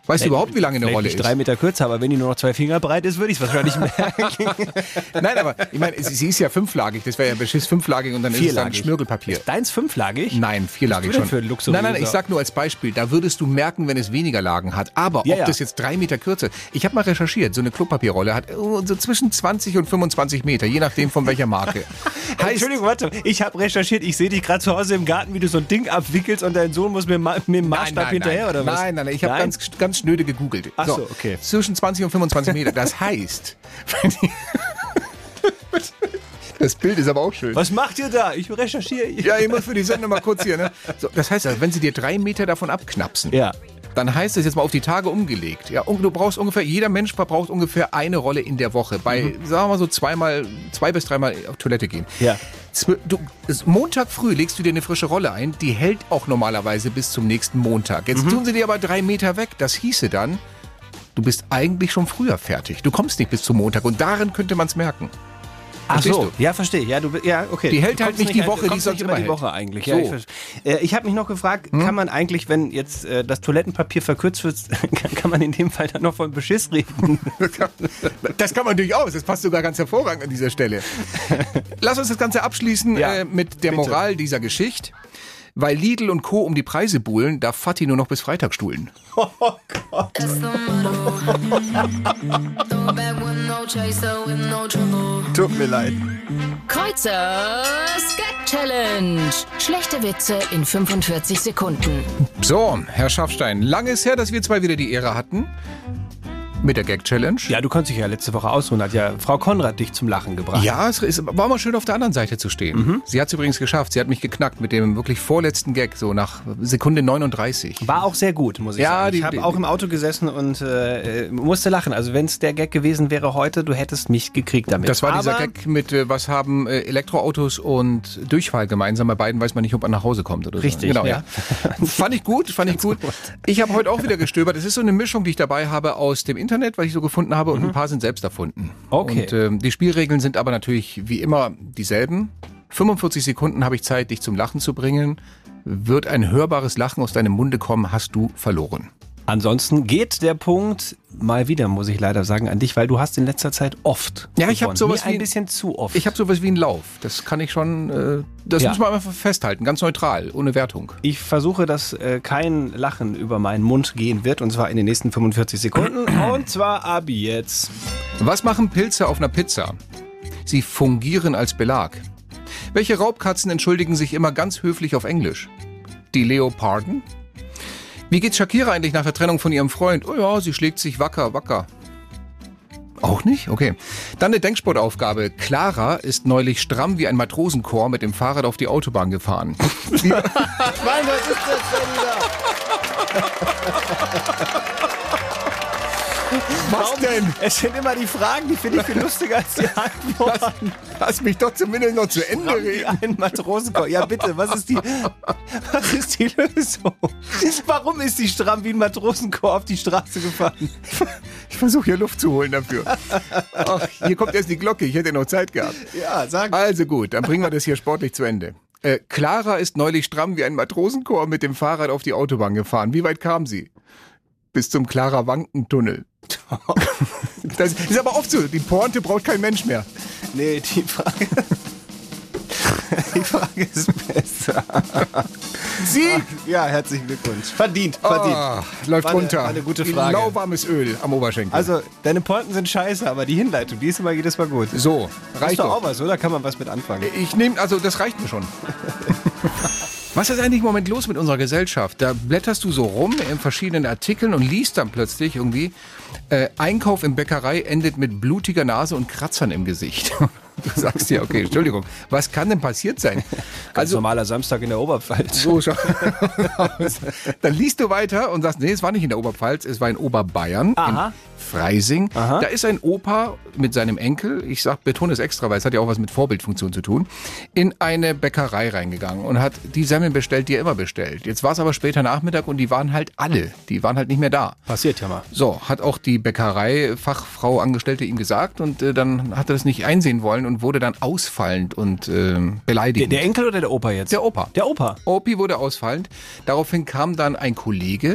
Weißt du überhaupt, wie lange eine Vielleicht Rolle nicht ist? drei Meter kürzer, aber wenn die nur noch zwei Finger breit ist, würde ich es wahrscheinlich merken. Nein, aber ich meine, sie ist ja fünflagig. Das wäre ja beschiss fünflagig und dann ist es dann Vierlagig. Schmirgelpapier. Ist deins fünflagig? Nein, vierlagig Was bist du denn schon. für ein luxuriöser- nein, nein, ich sag nur als Beispiel, da würdest du merken, wenn es weniger Lagen hat. Aber Ja, ob ja. das jetzt drei Meter kürzer, ich habe mal recherchiert, so eine Klopapierrolle hat oh, so zwischen zwanzig und fünfundzwanzig Meter, je nachdem von welcher Marke. heißt, Entschuldigung, warte, ich habe recherchiert, ich sehe dich gerade zu Hause im Garten, wie du so ein Ding abwickelst und dein Sohn muss mit, Ma- mit dem Maßstab nein, hinterher, nein, oder was? Nein, nein, nein, ich habe Nein? ganz, ganz schnöde gegoogelt. Ach so, okay. Zwischen zwanzig und fünfundzwanzig Meter. Das heißt, wenn die das Bild ist aber auch schön. Was macht ihr da? Ich recherchiere. Ja, ich muss für die Sendung mal kurz hier, ne? So, das heißt also, wenn sie dir drei Meter davon abknapsen, Ja. dann heißt das jetzt mal auf die Tage umgelegt. Ja, und du brauchst ungefähr, jeder Mensch verbraucht ungefähr eine Rolle in der Woche. Bei, Mhm. sagen wir mal so zweimal, zwei bis dreimal auf Toilette gehen. Ja. Zw- Du, es- Montag früh legst du dir eine frische Rolle ein, die hält auch normalerweise bis zum nächsten Montag. Jetzt Mhm. tun sie dir aber drei Meter weg. Das hieße dann, du bist eigentlich schon früher fertig. Du kommst nicht bis zum Montag und darin könnte man es merken. Ach Verstehst so, du? ja, verstehe. Ja, du, bi- ja, okay. Die hält Du halt kommst nicht die ein- Woche, die kommst sonst nicht immer über die hält. Woche eigentlich. So. Ja, ich verstehe. äh, ich habe mich noch gefragt, kann man eigentlich, wenn jetzt äh, das Toilettenpapier verkürzt wird, kann, kann man in dem Fall dann noch von Beschiss reden? Das kann man durchaus. Das passt sogar ganz hervorragend an dieser Stelle. Lass uns das Ganze abschließen Ja, äh, mit der bitte. Moral dieser Geschichte. Weil Lidl und Co. um die Preise buhlen, darf Fatih nur noch bis Freitag stuhlen. Tut mir leid. Kreuzers Gag Challenge. Schlechte Witze in fünfundvierzig Sekunden. So, Herr Schaffstein, lange ist her, dass wir zwei wieder die Ehre hatten. Mit der Gag-Challenge. Ja, du konntest dich ja letzte Woche ausruhen, hat ja Frau Konrad dich zum Lachen gebracht. Ja, es ist, war mal schön auf der anderen Seite zu stehen. Mhm. Sie hat es übrigens geschafft. Sie hat mich geknackt mit dem wirklich vorletzten Gag, so nach Sekunde neununddreißig. War auch sehr gut, muss ich Ja, sagen. die- Ich habe die- auch im Auto gesessen und äh, musste lachen. Also wenn es der Gag gewesen wäre heute, du hättest mich gekriegt damit. Das war dieser Aber Gag mit, äh, was haben äh, Elektroautos und Durchfall gemeinsam. Bei beiden weiß man nicht, ob man nach Hause kommt oder so. Richtig, Genau, ja. ja. Fand ich gut, fand ich gut. Ich habe heute auch wieder gestöbert. Es ist so eine Mischung, die ich dabei habe aus dem Internet, was ich so gefunden habe, und ein paar sind selbst erfunden. Okay. Und ähm, die Spielregeln sind aber natürlich wie immer dieselben. fünfundvierzig Sekunden habe ich Zeit, dich zum Lachen zu bringen. Wird ein hörbares Lachen aus deinem Munde kommen, hast du verloren. Ansonsten geht der Punkt mal wieder, muss ich leider sagen, an dich, weil du hast in letzter Zeit oft Ja, ich habe gewonnen. sowas Mir wie ein bisschen zu oft. Ich habe sowas wie einen Lauf. Das kann ich schon, äh, das Ja. muss man einfach festhalten, ganz neutral, ohne Wertung. Ich versuche, dass äh, kein Lachen über meinen Mund gehen wird, und zwar in den nächsten fünfundvierzig Sekunden, und zwar ab jetzt. Was machen Pilze auf einer Pizza? Sie fungieren als Belag. Welche Raubkatzen entschuldigen sich immer ganz höflich auf Englisch? Die Leoparden? Wie geht's Shakira eigentlich nach der Trennung von ihrem Freund? Oh ja, sie schlägt sich wacker, wacker. Auch nicht? Okay. Dann eine Denksportaufgabe. Clara ist neulich stramm wie ein Matrosenchor mit dem Fahrrad auf die Autobahn gefahren. Wie, Mein Gott, ist das denn wieder? was denn? Es sind immer die Fragen, die finde ich viel lustiger als die Antworten. Lass mich doch zumindest noch zu Ende Wie reden. ein Matrosenchor. Ja, bitte, was ist die, was ist die Lösung? Warum ist die stramm wie ein Matrosenchor auf die Straße gefahren? Ich versuche hier Luft zu holen dafür. Ach, hier kommt erst die Glocke, ich hätte noch Zeit gehabt. Ja, sag. Also gut, dann bringen wir das hier sportlich zu Ende. Äh, Clara ist neulich stramm wie ein Matrosenchor mit dem Fahrrad auf die Autobahn gefahren. Wie weit kam sie? Bis zum Clara-Wanken-Tunnel. Das ist aber oft so, die Pointe braucht kein Mensch mehr. Nee, die Frage. Die Frage ist besser. Sieg! Ja, herzlichen Glückwunsch. Verdient, verdient. Ah, läuft War eine- runter. war eine gute Wie Frage. lauwarmes Öl am Oberschenkel. Also, deine Pointen sind scheiße, aber die Hinleitung, die ist immer jedes Mal gut. so, Ist reicht doch doch. auch was, oder? Kann man was mit anfangen? Ich nehme, also das reicht mir schon. Was ist eigentlich im Moment los mit unserer Gesellschaft? Da blätterst du so rum in verschiedenen Artikeln und liest dann plötzlich irgendwie, äh, Einkauf in Bäckerei endet mit blutiger Nase und Kratzern im Gesicht. Du sagst dir, okay, Entschuldigung, was kann denn passiert sein? Ganz normaler Samstag in der Oberpfalz. So schau aus. Dann liest du weiter und sagst, nee, es war nicht in der Oberpfalz, es war in Oberbayern, Aha. in Freising. Aha. Da ist ein Opa mit seinem Enkel, ich sag, betone es extra, weil es hat ja auch was mit Vorbildfunktion zu tun, in eine Bäckerei reingegangen und hat die Semmeln bestellt, die er immer bestellt. Jetzt war es aber später Nachmittag und die waren halt alle, die waren halt nicht mehr da. Passiert ja mal. So, hat auch die Bäckerei-Fachfrau Angestellte ihm gesagt und äh, dann hat er das nicht einsehen wollen und wurde dann ausfallend und äh, Der, beleidigend. der Enkel oder der Opa jetzt? Der Opa. Der Opa. Opi wurde ausfallend. Daraufhin kam dann ein Kollege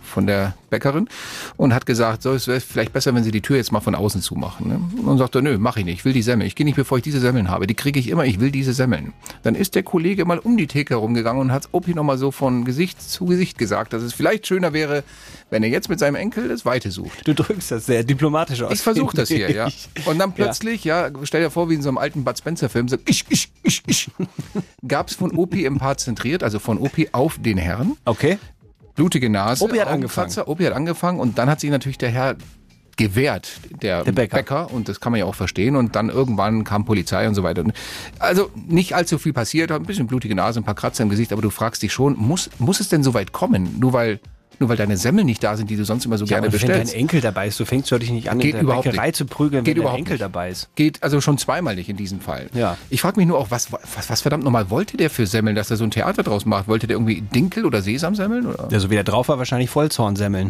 von der Bäckerin und hat gesagt, so, es wäre vielleicht besser, wenn Sie die Tür jetzt mal von außen zumachen. Ne? Und sagt er, nö, mach ich nicht, ich will die Semmeln. Ich gehe nicht, bevor ich diese Semmeln habe. Die kriege ich immer, ich will diese Semmeln. Dann ist der Kollege mal um die Theke herumgegangen und hat Opi nochmal so von Gesicht zu Gesicht gesagt, dass es vielleicht schöner wäre, wenn er jetzt mit seinem Enkel das Weite sucht. Du drückst das sehr diplomatisch aus. Ich versuche das hier, ja. Und dann plötzlich, ja, ja stell dir vor, wie in so einem alten Bud Spencer-Film, so, ich, ich, ich, ich. Gab es von Opi ein paar zentriert, also von Opi auf den Herrn. Okay. Blutige Nase. Opi hat angefangen. Opi hat angefangen und dann hat sich natürlich der Herr gewehrt, der, der Bäcker. Bäcker. Und das kann man ja auch verstehen. Und dann irgendwann kam Polizei und so weiter. Also nicht allzu viel passiert, ein bisschen blutige Nase, ein paar Kratzer im Gesicht, aber du fragst dich schon, muss, muss es denn so weit kommen? Nur weil... Nur weil deine Semmeln nicht da sind, die du sonst immer so ja, gerne aber bestellst. Wenn dein Enkel dabei ist, du fängst doch dich nicht an, Geht in der überhaupt Bäckerei nicht. zu prügeln, Geht wenn dein überhaupt Enkel nicht. dabei ist. Geht also schon zweimal nicht in diesem Fall. Ja. Ich frage mich nur auch, was, was, was verdammt nochmal wollte der für Semmeln, dass er so ein Theater draus macht? Wollte der irgendwie Dinkel- oder Sesamsemmeln? Oder? Ja, so wie der drauf war, wahrscheinlich Vollzornsemmeln.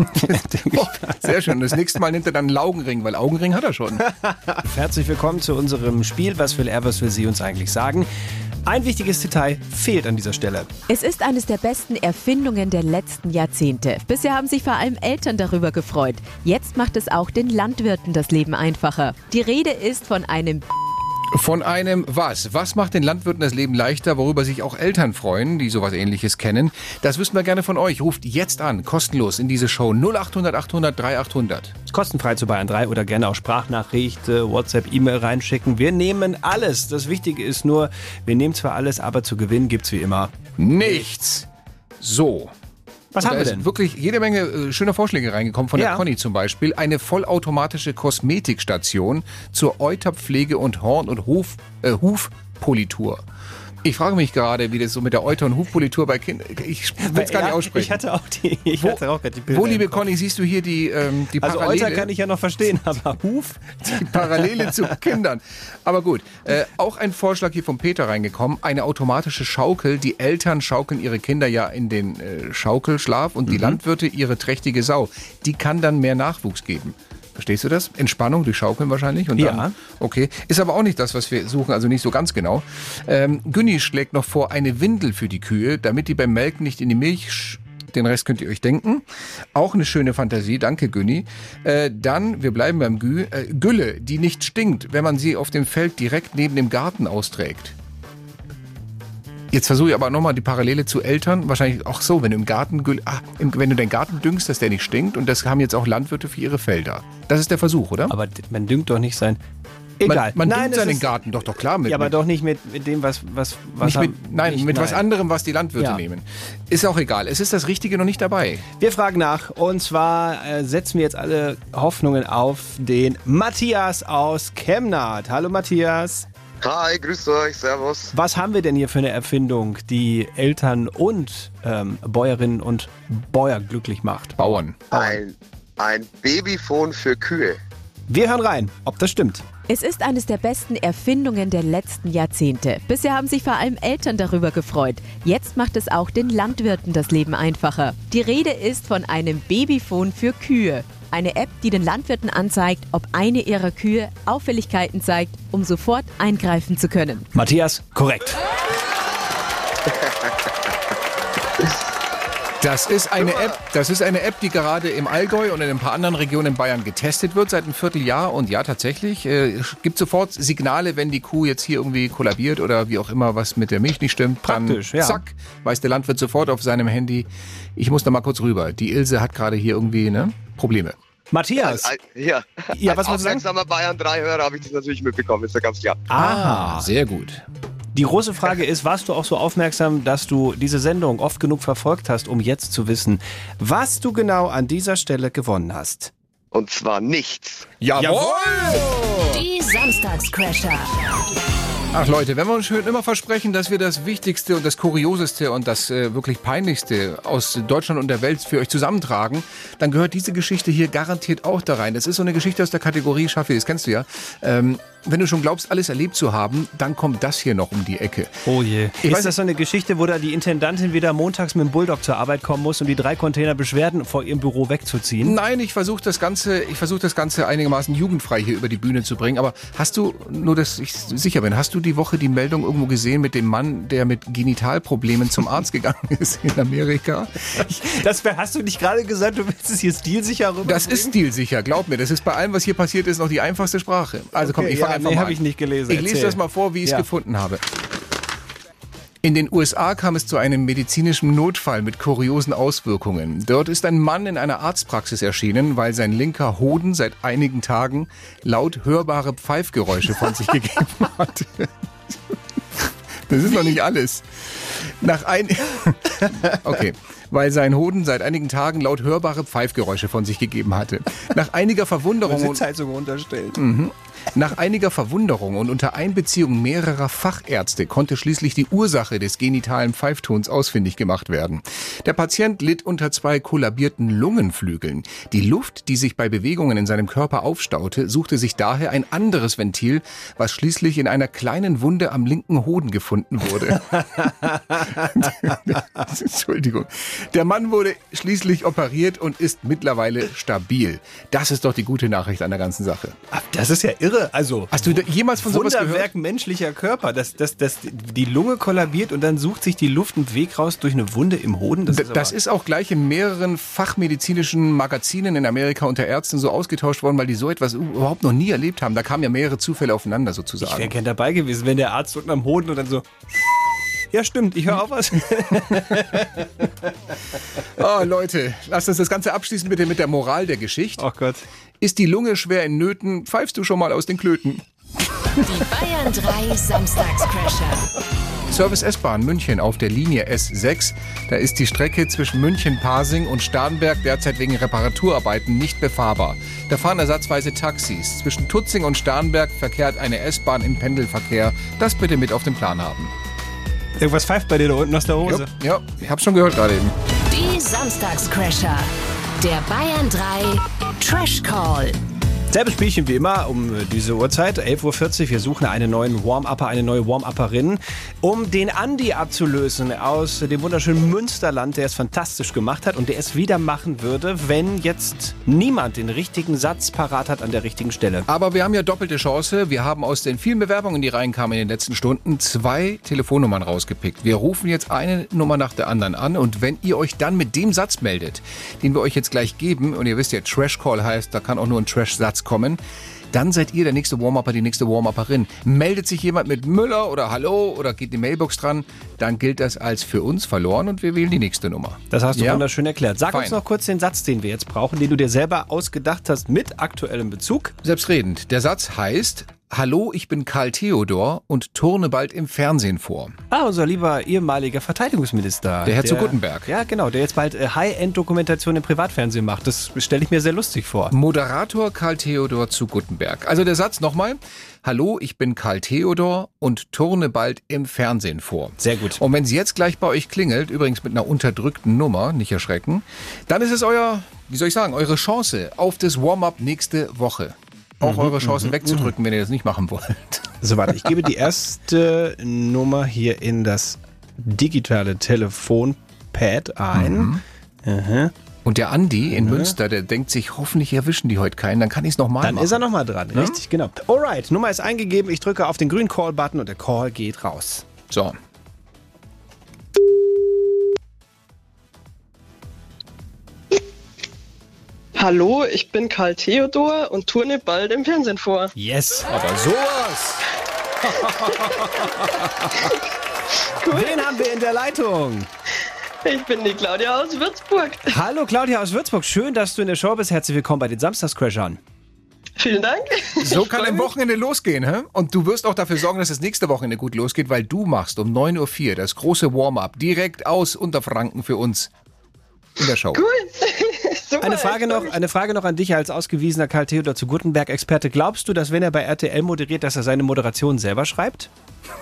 Oh, sehr schön. Das nächste Mal nimmt er dann einen Laugenring, weil Augenring hat er schon. Herzlich willkommen zu unserem Spiel. Was will er, was will sie uns eigentlich sagen? Ein wichtiges Detail fehlt an dieser Stelle. Es ist eines der besten Erfindungen der letzten Jahrzehnte. Bisher haben sich vor allem Eltern darüber gefreut. Jetzt macht es auch den Landwirten das Leben einfacher. Die Rede ist von einem... Von einem was? Was macht den Landwirten das Leben leichter, worüber sich auch Eltern freuen, die sowas Ähnliches kennen? Das wüssten wir gerne von euch. Ruft jetzt an, kostenlos in diese Show null acht hundert achthundert dreihundertachthundert. Kostenfrei zu Bayern drei oder gerne auch Sprachnachricht, WhatsApp, E-Mail reinschicken. Wir nehmen alles. Das Wichtige ist nur, wir nehmen zwar alles, aber zu gewinnen gibt's wie immer nichts. So. Was und haben da wir denn? Ist wirklich jede Menge äh, schöner Vorschläge reingekommen, von der ja. Conny zum Beispiel. Eine vollautomatische Kosmetikstation zur Euterpflege und Horn- und Hof, äh, Hufpolitur. Ich frage mich gerade, wie das so mit der Euter- und Hufpolitur bei Kindern... Ich will es gar ja, nicht aussprechen. Ich hatte auch die, ich wo, hatte auch gerade die Bilder. Wo, liebe Conny, siehst du hier die, ähm, die also Parallele? Euter kann ich ja noch verstehen, aber Huf? Die Parallele zu Kindern. Aber gut, äh, auch ein Vorschlag hier von Peter reingekommen. Eine automatische Schaukel. Die Eltern schaukeln ihre Kinder ja in den äh, Schaukelschlaf und die Mhm. Landwirte ihre trächtige Sau. Die kann dann mehr Nachwuchs geben. Verstehst du das? Entspannung durch Schaukeln wahrscheinlich. Und dann, ja. Okay. Ist aber auch nicht das, was wir suchen, also nicht so ganz genau. Ähm, Günni schlägt noch vor, eine Windel für die Kühe, damit die beim Melken nicht in die Milch... Sch- Den Rest könnt ihr euch denken. Auch eine schöne Fantasie. Danke, Günni. Äh, dann, wir bleiben beim Gü, äh, Gülle, die nicht stinkt, wenn man sie auf dem Feld direkt neben dem Garten austrägt. Jetzt versuche ich aber nochmal die Parallele zu Eltern. Wahrscheinlich auch so, wenn du im Garten, ah, wenn du deinen Garten düngst, dass der nicht stinkt. Und das haben jetzt auch Landwirte für ihre Felder. Das ist der Versuch, oder? Aber man düngt doch nicht sein... Egal. Man, man nein, düngt seinen ist, Garten, doch, doch klar. Mit, ja, aber mit, doch nicht mit, mit dem, was... was, was nicht haben, mit, nein, nicht, mit nein. was anderem, was die Landwirte ja. nehmen. Ist auch egal. Es ist das Richtige noch nicht dabei. Wir fragen nach. Und zwar äh, setzen wir jetzt alle Hoffnungen auf den Matthias aus Kemnath. Hallo Matthias. Hi, grüßt euch, servus. Was haben wir denn hier für eine Erfindung, die Eltern und ähm, Bäuerinnen und Bäuer glücklich macht? Bauern. Ein, ein Babyphone für Kühe. Wir hören rein, ob das stimmt. Es ist eines der besten Erfindungen der letzten Jahrzehnte. Bisher haben sich vor allem Eltern darüber gefreut. Jetzt macht es auch den Landwirten das Leben einfacher. Die Rede ist von einem Babyphone für Kühe. Eine App, die den Landwirten anzeigt, ob eine ihrer Kühe Auffälligkeiten zeigt, um sofort eingreifen zu können. Matthias, korrekt. Das ist eine App, das ist eine App, die gerade im Allgäu und in ein paar anderen Regionen in Bayern getestet wird seit einem Vierteljahr. Und ja, tatsächlich, äh, gibt sofort Signale, wenn die Kuh jetzt hier irgendwie kollabiert oder wie auch immer was mit der Milch nicht stimmt. Praktisch, dann, ja. Zack, weiß der Landwirt sofort auf seinem Handy, ich muss da mal kurz rüber. Die Ilse hat gerade hier irgendwie ne, Probleme. Matthias. Als, ja, ja, als was aufmerksamer Bayern drei Hörer habe ich das natürlich mitbekommen, ist ja ganz klar. Ah, sehr gut. Die große Frage ist, warst du auch so aufmerksam, dass du diese Sendung oft genug verfolgt hast, um jetzt zu wissen, was du genau an dieser Stelle gewonnen hast? Und zwar nichts. Jawohl! Die Samstagscrasher. Ach Leute, wenn wir uns schön immer versprechen, dass wir das Wichtigste und das Kurioseste und das äh, wirklich Peinlichste aus Deutschland und der Welt für euch zusammentragen, dann gehört diese Geschichte hier garantiert auch da rein. Das ist so eine Geschichte aus der Kategorie Schaffi, das kennst du ja. Ähm, wenn du schon glaubst, alles erlebt zu haben, dann kommt das hier noch um die Ecke. Oh je. Ich ist weiß, das so eine Geschichte, wo da die Intendantin wieder montags mit dem Bulldog zur Arbeit kommen muss, um die drei Container Beschwerden vor ihrem Büro wegzuziehen? Nein, ich versuche das Ganze, ich versuche das Ganze einigermaßen jugendfrei hier über die Bühne zu bringen. Aber hast du, nur dass ich sicher bin, hast du du die Woche die Meldung irgendwo gesehen mit dem Mann, der mit Genitalproblemen zum Arzt gegangen ist in Amerika? Das hast du nicht gerade gesagt, du willst es hier stilsicher rüber? Das ist stilsicher, glaub mir. Das ist bei allem, was hier passiert ist, noch die einfachste Sprache. Also komm, Okay, ich fange ja, einfach nee, mal hab an. ich nicht gelesen. Ich lese Erzähl. das mal vor, wie ich es Ja. gefunden habe. In den U S A kam es zu einem medizinischen Notfall mit kuriosen Auswirkungen. Dort ist ein Mann in einer Arztpraxis erschienen, weil sein linker Hoden seit einigen Tagen laut hörbare Pfeifgeräusche von sich gegeben hat. Das ist noch nicht alles. Nach ein okay, weil sein Hoden seit einigen Tagen laut hörbare Pfeifgeräusche von sich gegeben hatte. Nach einiger Verwunderung und Sitzheizung unterstellt. Mhm. Nach einiger Verwunderung und unter Einbeziehung mehrerer Fachärzte konnte schließlich die Ursache des genitalen Pfeiftons ausfindig gemacht werden. Der Patient litt unter zwei kollabierten Lungenflügeln. Die Luft, die sich bei Bewegungen in seinem Körper aufstaute, suchte sich daher ein anderes Ventil, was schließlich in einer kleinen Wunde am linken Hoden gefunden wurde. Entschuldigung. Der Mann wurde schließlich operiert und ist mittlerweile stabil. Das ist doch die gute Nachricht an der ganzen Sache. Das ist ja irre. Also, hast du jemals von sowas Wunderwerk gehört? menschlicher Körper. Das, das, das, die Lunge kollabiert und dann sucht sich die Luft einen Weg raus durch eine Wunde im Hoden. Das, D- ist, das ist auch gleich in mehreren fachmedizinischen Magazinen in Amerika unter Ärzten so ausgetauscht worden, weil die so etwas überhaupt noch nie erlebt haben. Da kamen ja mehrere Zufälle aufeinander Ich sozusagen. wäre gern dabei gewesen, wenn der Arzt unten am Hoden und dann so... Ja, stimmt, ich höre auch was. Oh Leute, lasst uns das Ganze abschließen bitte mit der Moral der Geschichte. Oh Gott. Ist die Lunge schwer in Nöten, pfeifst du schon mal aus den Klöten. Die Bayern drei Samstagscrasher. Service S-Bahn München auf der Linie S sechs. Da ist die Strecke zwischen München-Pasing und Starnberg derzeit wegen Reparaturarbeiten nicht befahrbar. Da fahren ersatzweise Taxis. Zwischen Tutzing und Starnberg verkehrt eine S-Bahn im Pendelverkehr. Das bitte mit auf den Plan haben. Irgendwas pfeift bei dir da unten aus der Hose. Ja, ja, ich hab's schon gehört gerade eben. Die Samstagscrasher. Der Bayern drei Trash Call. Selbes Spielchen wie immer um diese Uhrzeit, elf Uhr vierzig. Wir suchen einen neuen Warm-Upper, eine neue Warm-Upperin, um den Andi abzulösen aus dem wunderschönen Münsterland, der es fantastisch gemacht hat und der es wieder machen würde, wenn jetzt niemand den richtigen Satz parat hat an der richtigen Stelle. Aber wir haben ja doppelte Chance. Wir haben aus den vielen Bewerbungen, die reinkamen in den letzten Stunden, zwei Telefonnummern rausgepickt. Wir rufen jetzt eine Nummer nach der anderen an und wenn ihr euch dann mit dem Satz meldet, den wir euch jetzt gleich geben, und ihr wisst ja, Trash Call heißt, da kann auch nur ein Trash-Satz kommen, dann seid ihr der nächste Warm-Upper, die nächste Warm-Upperin. Meldet sich jemand mit Müller oder Hallo oder geht die Mailbox dran, dann gilt das als für uns verloren und wir wählen die nächste Nummer. Das hast du Ja? wunderschön erklärt. Sag Fein. uns noch kurz den Satz, den wir jetzt brauchen, den du dir selber ausgedacht hast mit aktuellem Bezug. Selbstredend. Der Satz heißt: Hallo, ich bin Karl Theodor und turne bald im Fernsehen vor. Ah, unser lieber ehemaliger Verteidigungsminister. Der Herr zu Guttenberg. Ja, genau, der jetzt bald äh, High-End-Dokumentation im Privatfernsehen macht. Das stelle ich mir sehr lustig vor. Moderator Karl Theodor zu Guttenberg. Also der Satz nochmal. Hallo, ich bin Karl Theodor und turne bald im Fernsehen vor. Sehr gut. Und wenn es jetzt gleich bei euch klingelt, übrigens mit einer unterdrückten Nummer, nicht erschrecken, dann ist es euer, wie soll ich sagen, eure Chance auf das Warm-up nächste Woche. Auch Mhm, eure Chance mhm, wegzudrücken, wenn ihr das nicht machen wollt. So, warte, ich gebe die erste Nummer hier in das digitale Telefonpad ein. Mhm. Aha. Und der Andi in Ja. Münster, der denkt sich, hoffentlich erwischen die heute keinen, dann kann ich es nochmal machen. Dann ist er nochmal dran, Ja? richtig, genau. Alright, Nummer ist eingegeben, ich drücke auf den grünen Call-Button und der Call geht raus. So. Hallo, ich bin Karl Theodor und turne bald im Fernsehen vor. Yes, aber sowas. Wen haben wir in der Leitung? Ich bin die Claudia aus Würzburg. Hallo Claudia aus Würzburg, schön, dass du in der Show bist. Herzlich willkommen bei den Samstagscrashern. Vielen Dank. So kann ein Wochenende losgehen, hä? Und du wirst auch dafür sorgen, dass es nächste Wochenende gut losgeht, weil du machst um neun Uhr vier das große Warm-up direkt aus Unterfranken für uns in der Show. Cool. Super, Eine Frage, ich freu noch, mich. eine Frage noch an dich als ausgewiesener Karl Theodor zu Guttenberg-Experte. Glaubst du, dass wenn er bei R T L moderiert, dass er seine Moderation selber schreibt?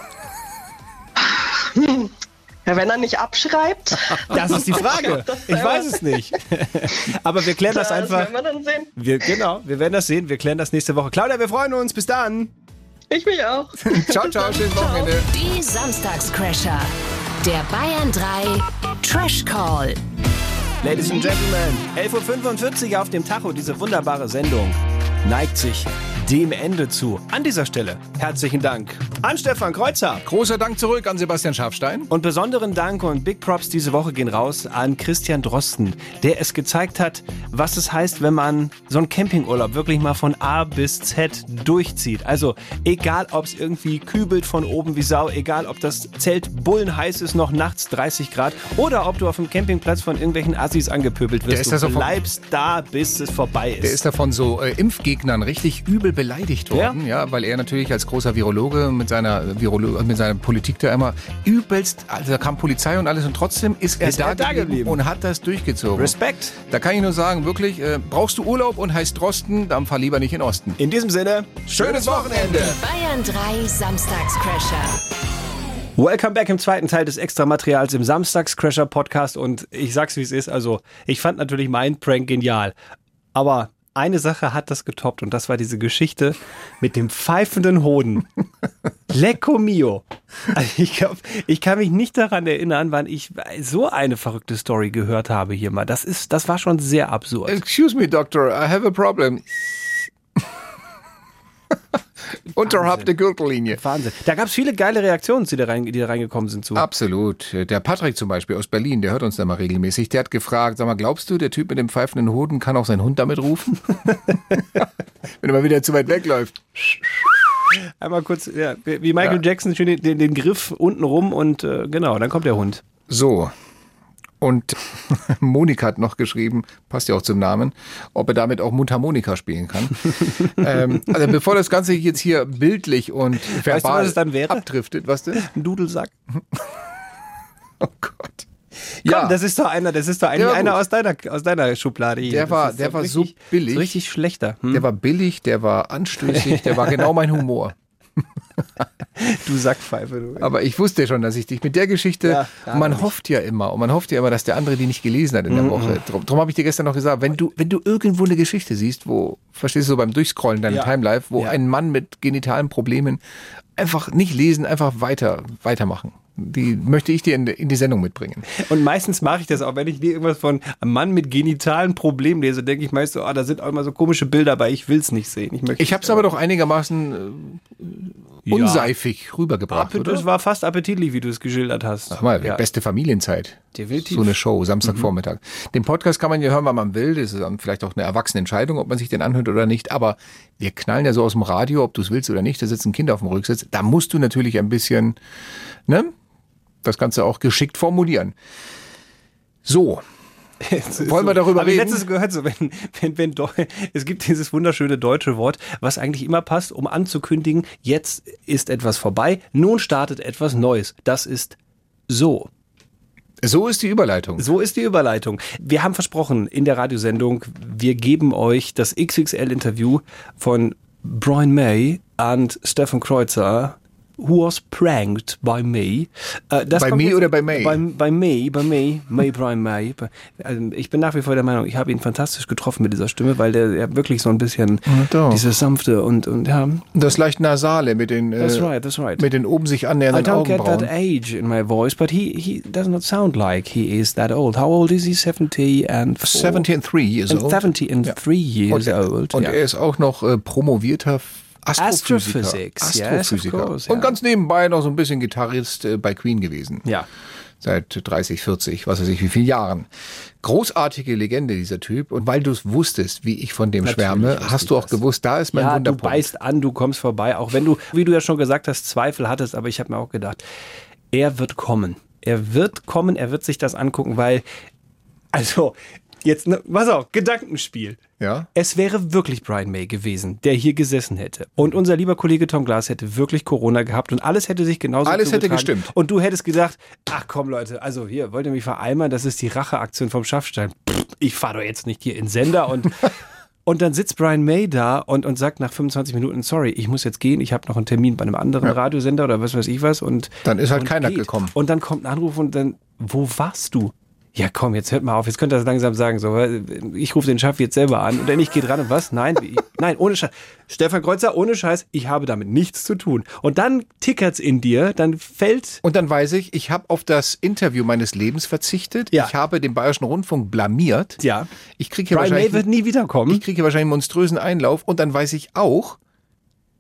Ja, wenn er nicht abschreibt. Das ist die Frage. Ich weiß es nicht. Aber wir klären das Das einfach. werden wir dann sehen. Wir, genau, wir werden das sehen. Wir klären das nächste Woche. Claudia, wir freuen uns. Bis dann. Ich mich auch. Ciao, ciao, schönes Wochenende. Die Samstagscrasher. Der Bayern drei Trash Call. Ladies and Gentlemen, elf Uhr fünfundvierzig auf dem Tacho. Diese wunderbare Sendung neigt sich dem Ende zu. An dieser Stelle herzlichen Dank an Stefan Kreuzer. Großer Dank zurück an Sebastian Schafstein. Und besonderen Dank und Big Props diese Woche gehen raus an Christian Drosten, der es gezeigt hat, was es heißt, wenn man so einen Campingurlaub wirklich mal von A bis Z durchzieht. Also egal, ob es irgendwie kübelt von oben wie Sau, egal, ob das Zelt bullenheiß ist, noch nachts dreißig Grad oder ob du auf dem Campingplatz von irgendwelchen Assis angepöbelt wirst. Der ist du davon, bleibst da, bis es vorbei ist. Der ist davon so äh, Impfgegnern richtig übel beleidigt worden, ja? ja, weil er natürlich als großer Virologe mit seiner, Virolo- mit seiner Politik da immer übelst, also da kam Polizei und alles und trotzdem ist er, ist da, er da geblieben, geblieben und hat das durchgezogen. Respekt. Da kann ich nur sagen, wirklich, äh, brauchst du Urlaub und heißt Drosten, dann fahr lieber nicht in Osten. In diesem Sinne, schönes Wochenende. Bayern drei Samstagscrasher. Welcome back im zweiten Teil des Extramaterials im Samstagscrasher-Podcast und ich sag's wie es ist, also ich fand natürlich meinen Prank genial, aber eine Sache hat das getoppt und das war diese Geschichte mit dem pfeifenden Hoden. Lecco mio. Also ich, glaub, ich kann mich nicht daran erinnern, wann ich so eine verrückte Story gehört habe hier mal. Das ist, das war schon sehr absurd. Excuse me, Doctor, I have a problem. Unterhalb der Gürtellinie. Wahnsinn. Da gab es viele geile Reaktionen, die da, rein, die da reingekommen sind zu. Absolut. Der Patrick zum Beispiel aus Berlin, der hört uns da mal regelmäßig, der hat gefragt, sag mal, glaubst du, der Typ mit dem pfeifenden Hoden kann auch seinen Hund damit rufen? Wenn er mal wieder zu weit wegläuft. Einmal kurz, ja, wie Michael ja. Jackson, schön den, den, den Griff unten rum und äh, genau, dann kommt der Hund. So. Und Monika hat noch geschrieben, passt ja auch zum Namen, ob er damit auch Mundharmonika spielen kann. ähm, also bevor das Ganze jetzt hier bildlich und verbal weißt du, was es dann wäre? abdriftet, was denn? Ein Dudelsack. Oh Gott. Komm, ja, das ist doch einer, das ist doch eigentlich einer aus deiner, aus deiner Schublade hier. Der war, das der war richtig, so billig. So richtig schlechter. Hm? Der war billig, der war anstößig, der war genau mein Humor. Du Sackpfeife. Du. Aber ich wusste schon, dass ich dich mit der Geschichte, ja, und man hofft ja immer, und man hofft ja immer, dass der andere die nicht gelesen hat in der mhm. Woche. Drum, drum habe ich dir gestern noch gesagt, wenn du, wenn du irgendwo eine Geschichte siehst, wo, verstehst du, so beim Durchscrollen deiner ja. Timelife, wo ja. ein Mann mit genitalen Problemen einfach nicht lesen, einfach weiter, weitermachen. Die möchte ich dir in, in die Sendung mitbringen. Und meistens mache ich das auch, wenn ich dir irgendwas von einem Mann mit genitalen Problemen lese, denke ich meist so, ah, da sind auch immer so komische Bilder, aber ich will es nicht sehen. Ich, ich habe es aber doch einigermaßen äh, unseifig ja. rübergebracht, Appet- oder? Es war fast appetitlich, wie du es geschildert hast. Sag mal, ja. beste Familienzeit. Definitiv. So eine Show, Samstagvormittag. Mhm. Den Podcast kann man ja hören, wann man will. Das ist dann vielleicht auch eine erwachsene Entscheidung, ob man sich den anhört oder nicht. Aber wir knallen ja so aus dem Radio, ob du es willst oder nicht. Da sitzen Kinder auf dem Rücksitz. Da musst du natürlich ein bisschen, ne? Das Ganze auch geschickt formulieren. So. Wollen wir darüber Hab ich reden? letztens gehört, so, wenn, wenn, wenn, es gibt dieses wunderschöne deutsche Wort, was eigentlich immer passt, um anzukündigen, jetzt ist etwas vorbei, nun startet etwas Neues. Das ist so. So ist die Überleitung. So ist die Überleitung. Wir haben versprochen in der Radiosendung, wir geben euch das X X L-Interview von Brian May und Stefan Kreuzer, who was pranked by me. Äh, das bei mir oder bei May? Bei, bei May, bei May, May, Brian May. Also ich bin nach wie vor der Meinung, ich habe ihn fantastisch getroffen mit dieser Stimme, weil der, der wirklich so ein bisschen ja, dieses sanfte und, und ja. Das leicht nasale mit den, that's äh, right, that's right. mit den oben sich annähernden I don't Augenbrauen. get that age in my voice, but he, he does not sound like he is that old. How old is he? seventy and four? seventy and three years and old. seventy and ja. three years und, old. Und ja. er ist auch noch äh, promovierter Astrophysiker. Astrophysics, Astrophysiker. Yes, course, ja. Und ganz nebenbei noch so ein bisschen Gitarrist äh, bei Queen gewesen. Ja. Seit dreißig, vierzig, was weiß ich, wie viele Jahren. Großartige Legende, dieser Typ. Und weil du es wusstest, wie ich von dem Natürlich schwärme, hast du auch das. gewusst, da ist mein ja, Wunderpunkt. Du beißt an, du kommst vorbei, auch wenn du, wie du ja schon gesagt hast, Zweifel hattest, aber ich habe mir auch gedacht, er wird kommen. Er wird kommen, er wird sich das angucken, weil, also, jetzt, ne, pass auf, Gedankenspiel. Ja? Es wäre wirklich Brian May gewesen, der hier gesessen hätte. Und unser lieber Kollege Tom Glas hätte wirklich Corona gehabt und alles hätte sich genauso Alles hätte zugetragen. gestimmt. Und du hättest gedacht, ach komm Leute, also hier, wollt ihr mich vereimern, das ist die Racheaktion vom Schaffstein. Pff, ich fahre doch jetzt nicht hier in den Sender und... Und dann sitzt Brian May da und, und sagt nach fünfundzwanzig Minuten, sorry, ich muss jetzt gehen, ich habe noch einen Termin bei einem anderen ja. Radiosender oder was weiß ich was. Und dann ist halt und keiner geht. gekommen. Und dann kommt ein Anruf und dann, wo warst du? Ja komm, jetzt hört mal auf, jetzt könnt ihr das langsam sagen, so, ich rufe den Schaff jetzt selber an und dann ich gehe dran und was? Nein, ich, nein, ohne Scheiß. Stefan Kreuzer, ohne Scheiß, ich habe damit nichts zu tun. Und dann tickert's in dir, dann fällt... Und dann weiß ich, ich habe auf das Interview meines Lebens verzichtet. Ja. Ich habe den Bayerischen Rundfunk blamiert. Ja. Ich kriege hier Brian wahrscheinlich May wird nie wiederkommen. Ich kriege hier wahrscheinlich einen monströsen Einlauf und dann weiß ich auch,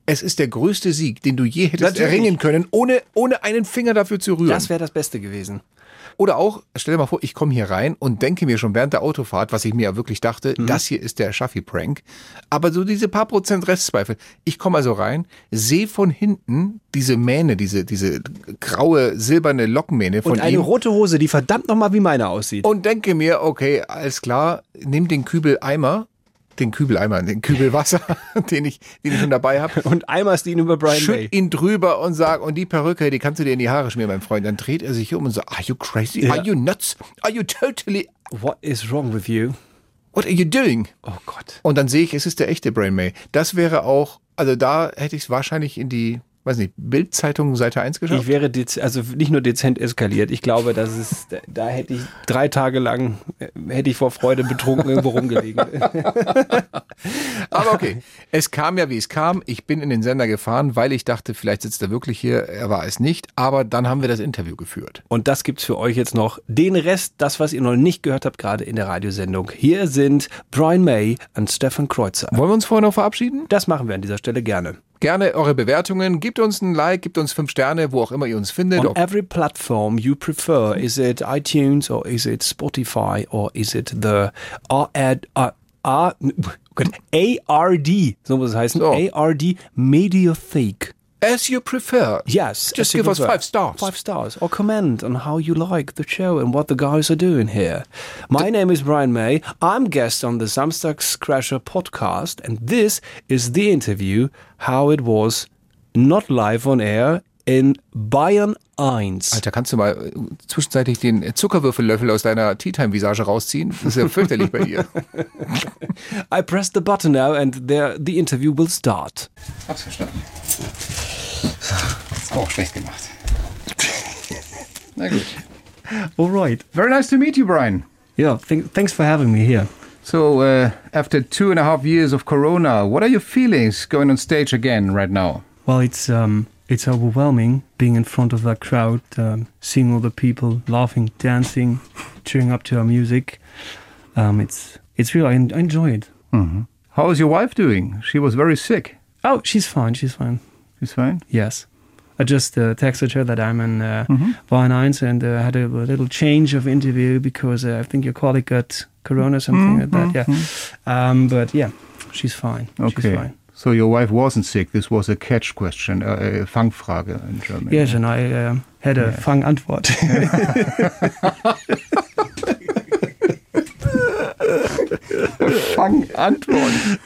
Es ist der größte Sieg, den du je hättest Natürlich. erringen können, ohne, ohne einen Finger dafür zu rühren. Das wäre das Beste gewesen. Oder auch, stell dir mal vor, ich komme hier rein und denke mir schon während der Autofahrt, was ich mir ja wirklich dachte, mhm. das hier ist der Schaffi-Prank. Aber so diese paar Prozent Restzweifel. Ich komme also rein, sehe von hinten diese Mähne, diese, diese graue, silberne Lockenmähne von und eine ihm. rote Hose, die verdammt nochmal wie meine aussieht. Und denke mir, okay, alles klar, nimm den Kübel-Eimer, den Kübeleimer, den Kübel Wasser, den ich, den ich schon dabei habe. Und eimerst ihn über Brian Schütt May. ihn drüber und sag, und die Perücke, die kannst du dir in die Haare schmieren, mein Freund. Dann dreht er sich um und sagt, are you crazy? Ja. Are you nuts? Are you totally... What is wrong with you? What are you doing? Oh Gott. Und dann sehe ich, es ist der echte Brian May. Das wäre auch, also da hätte ich es wahrscheinlich in die, weiß nicht, Bild-Zeitung Seite eins geschafft. Ich wäre dez- also nicht nur dezent eskaliert. Ich glaube, das ist, da, da hätte ich drei Tage lang, äh, hätte ich vor Freude betrunken irgendwo rumgelegen. Aber okay, es kam ja, wie es kam. Ich bin in den Sender gefahren, weil ich dachte, vielleicht sitzt er wirklich hier. Er war es nicht. Aber dann haben wir das Interview geführt. Und das gibt's für euch jetzt noch. Den Rest, das, was ihr noch nicht gehört habt, gerade in der Radiosendung. Hier sind Brian May und Stefan Kreuzer. Wollen wir uns vorher noch verabschieden? Das machen wir an dieser Stelle gerne. Gerne eure Bewertungen. Gebt uns ein Like, gebt uns fünf Sterne, wo auch immer ihr uns findet. On every platform you prefer. Is it iTunes or is it Spotify or is it the R R A R D, so muss es heißen, So. A R D Mediathek. As you prefer. Yes. Just as you give us prefer. five stars. Five stars. Or comment on how you like the show and what the guys are doing here. My name is Brian May. I'm guest on the Samstagscrasher podcast. And this is the interview, how it was not live on air in Bayern eins. Alter, kannst du mal äh, zwischenzeitlich den Zuckerwürfellöffel aus deiner Tea-Time-Visage rausziehen? Das ist ja fürchterlich bei ihr. I press the button now and there, the interview will start. Hab's verstanden. Ist auch schlecht gemacht. Na gut. All right. Very nice to meet you, Brian. Yeah, th- thanks for having me here. So, uh, after two and a half years of Corona, what are your feelings going on stage again right now? Well, it's um, it's overwhelming being in front of that crowd, um, seeing all the people laughing, dancing, cheering up to our music. Um, it's it's real. I, en- I enjoy it. Mm-hmm. How is your wife doing? She was very sick. Oh, she's fine. She's fine. She's fine? Yes. I just uh, texted her that I'm in uh, Mhm. Bayern eins and uh, had a, a little change of interview because uh, I think your colleague got corona or something like that. Yeah. Um, but yeah, she's fine. She's Okay. fine. So your wife wasn't sick. This was a catch question, uh, a Fangfrage in German. Yes, and I um, had a Fang-Antwort. Fang-Antwort.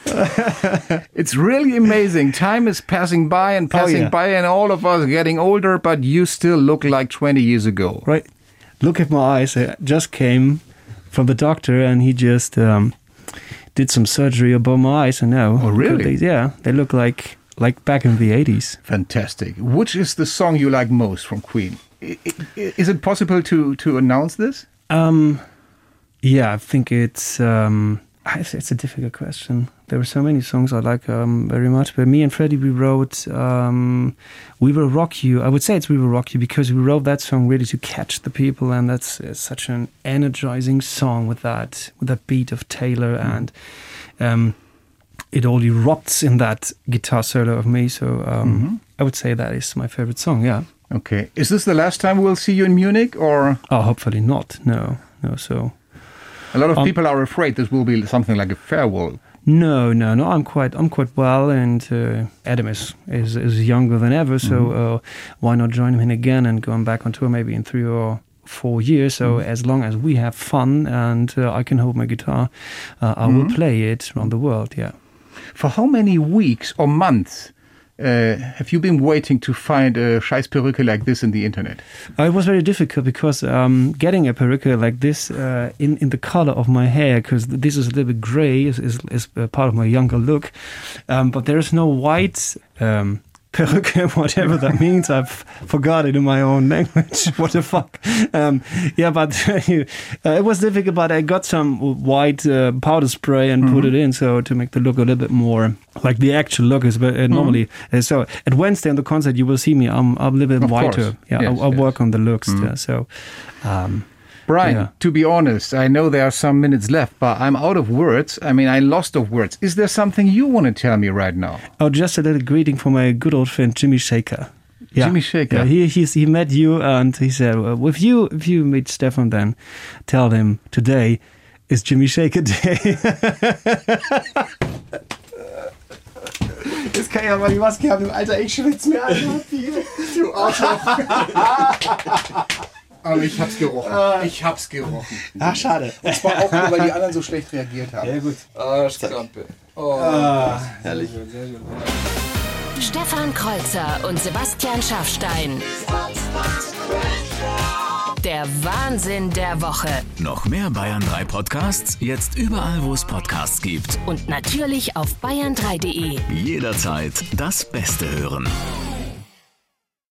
It's really amazing. Time is passing by and passing Oh, yeah. by, and all of us are getting older, but you still look like twenty years ago. Right. Look at my eyes. I just came from the doctor and he just um, did some surgery above my eyes. And now, Oh, really? They, yeah, they look like like back in the eighties. Fantastic. Which is the song you like most from Queen? I- I- Is it possible to, to announce this? Um, yeah, I think it's um, it's it's a difficult question. There were so many songs I like um, very much, but me and Freddie, we wrote um, "We Will Rock You." I would say it's "We Will Rock You" because we wrote that song really to catch the people, and that's uh, such an energizing song with that with that beat of Taylor, and um, it all erupts in that guitar solo of me. So um, Mhm. I would say that is my favorite song. Yeah. Okay. Is this the last time we'll see you in Munich, or? Oh, hopefully not. No, no. So. A lot of Um, people are afraid this will be something like a farewell. No, no, no. I'm quite, I'm quite well, and uh, Adam is, is is younger than ever. So uh, why not join him again and going back on tour maybe in three or four years? So as long as we have fun and uh, I can hold my guitar, uh, I will Mhm. play it around the world. Yeah. For how many weeks or months uh, have you been waiting to find a Scheißperücke like this in the internet? Uh, It was very difficult because um, getting a perukah like this uh, in in the color of my hair, because this is a little bit gray, is is, is uh, part of my younger look, um, but there is no white um, perukah, whatever that means. I've forgot it in my own language. What the fuck? Um, yeah, but uh, it was difficult. But I got some white uh, powder spray and put it in, so to make the look a little bit more like the actual look is. But uh, normally, uh, so at Wednesday on the concert, you will see me. I'm, I'm a little bit Of whiter. course. Yeah, Yes, I'll, I'll yes. work on the looks. Yeah, so, um, Brian, Yeah. to be honest, I know there are some minutes left, but I'm out of words. I mean, I lost of words. Is there something you want to tell me right now? Oh, just a little greeting for my good old friend Jimmy Shaker. Yeah. Jimmy Shaker. Yeah, he he's, he met you and he said, well, if you if you meet Stefan, then tell him today is Jimmy Shaker Day. Jetzt kann ich aber die Maske haben. Alter, ich schwitze mir an. Du Arschloch. Aber ich hab's gerochen. Ich hab's gerochen. Ach, schade. Und zwar auch nur, weil die anderen so schlecht reagiert haben. Ja, gut. Arschkrampe. Oh, ah, herrlich. Stefan Kreuzer und Sebastian Schaffstein. Der Wahnsinn der Woche. Noch mehr Bayern drei Podcasts, jetzt überall, wo es Podcasts gibt. Und natürlich auf bayern drei punkt de. Jederzeit das Beste hören.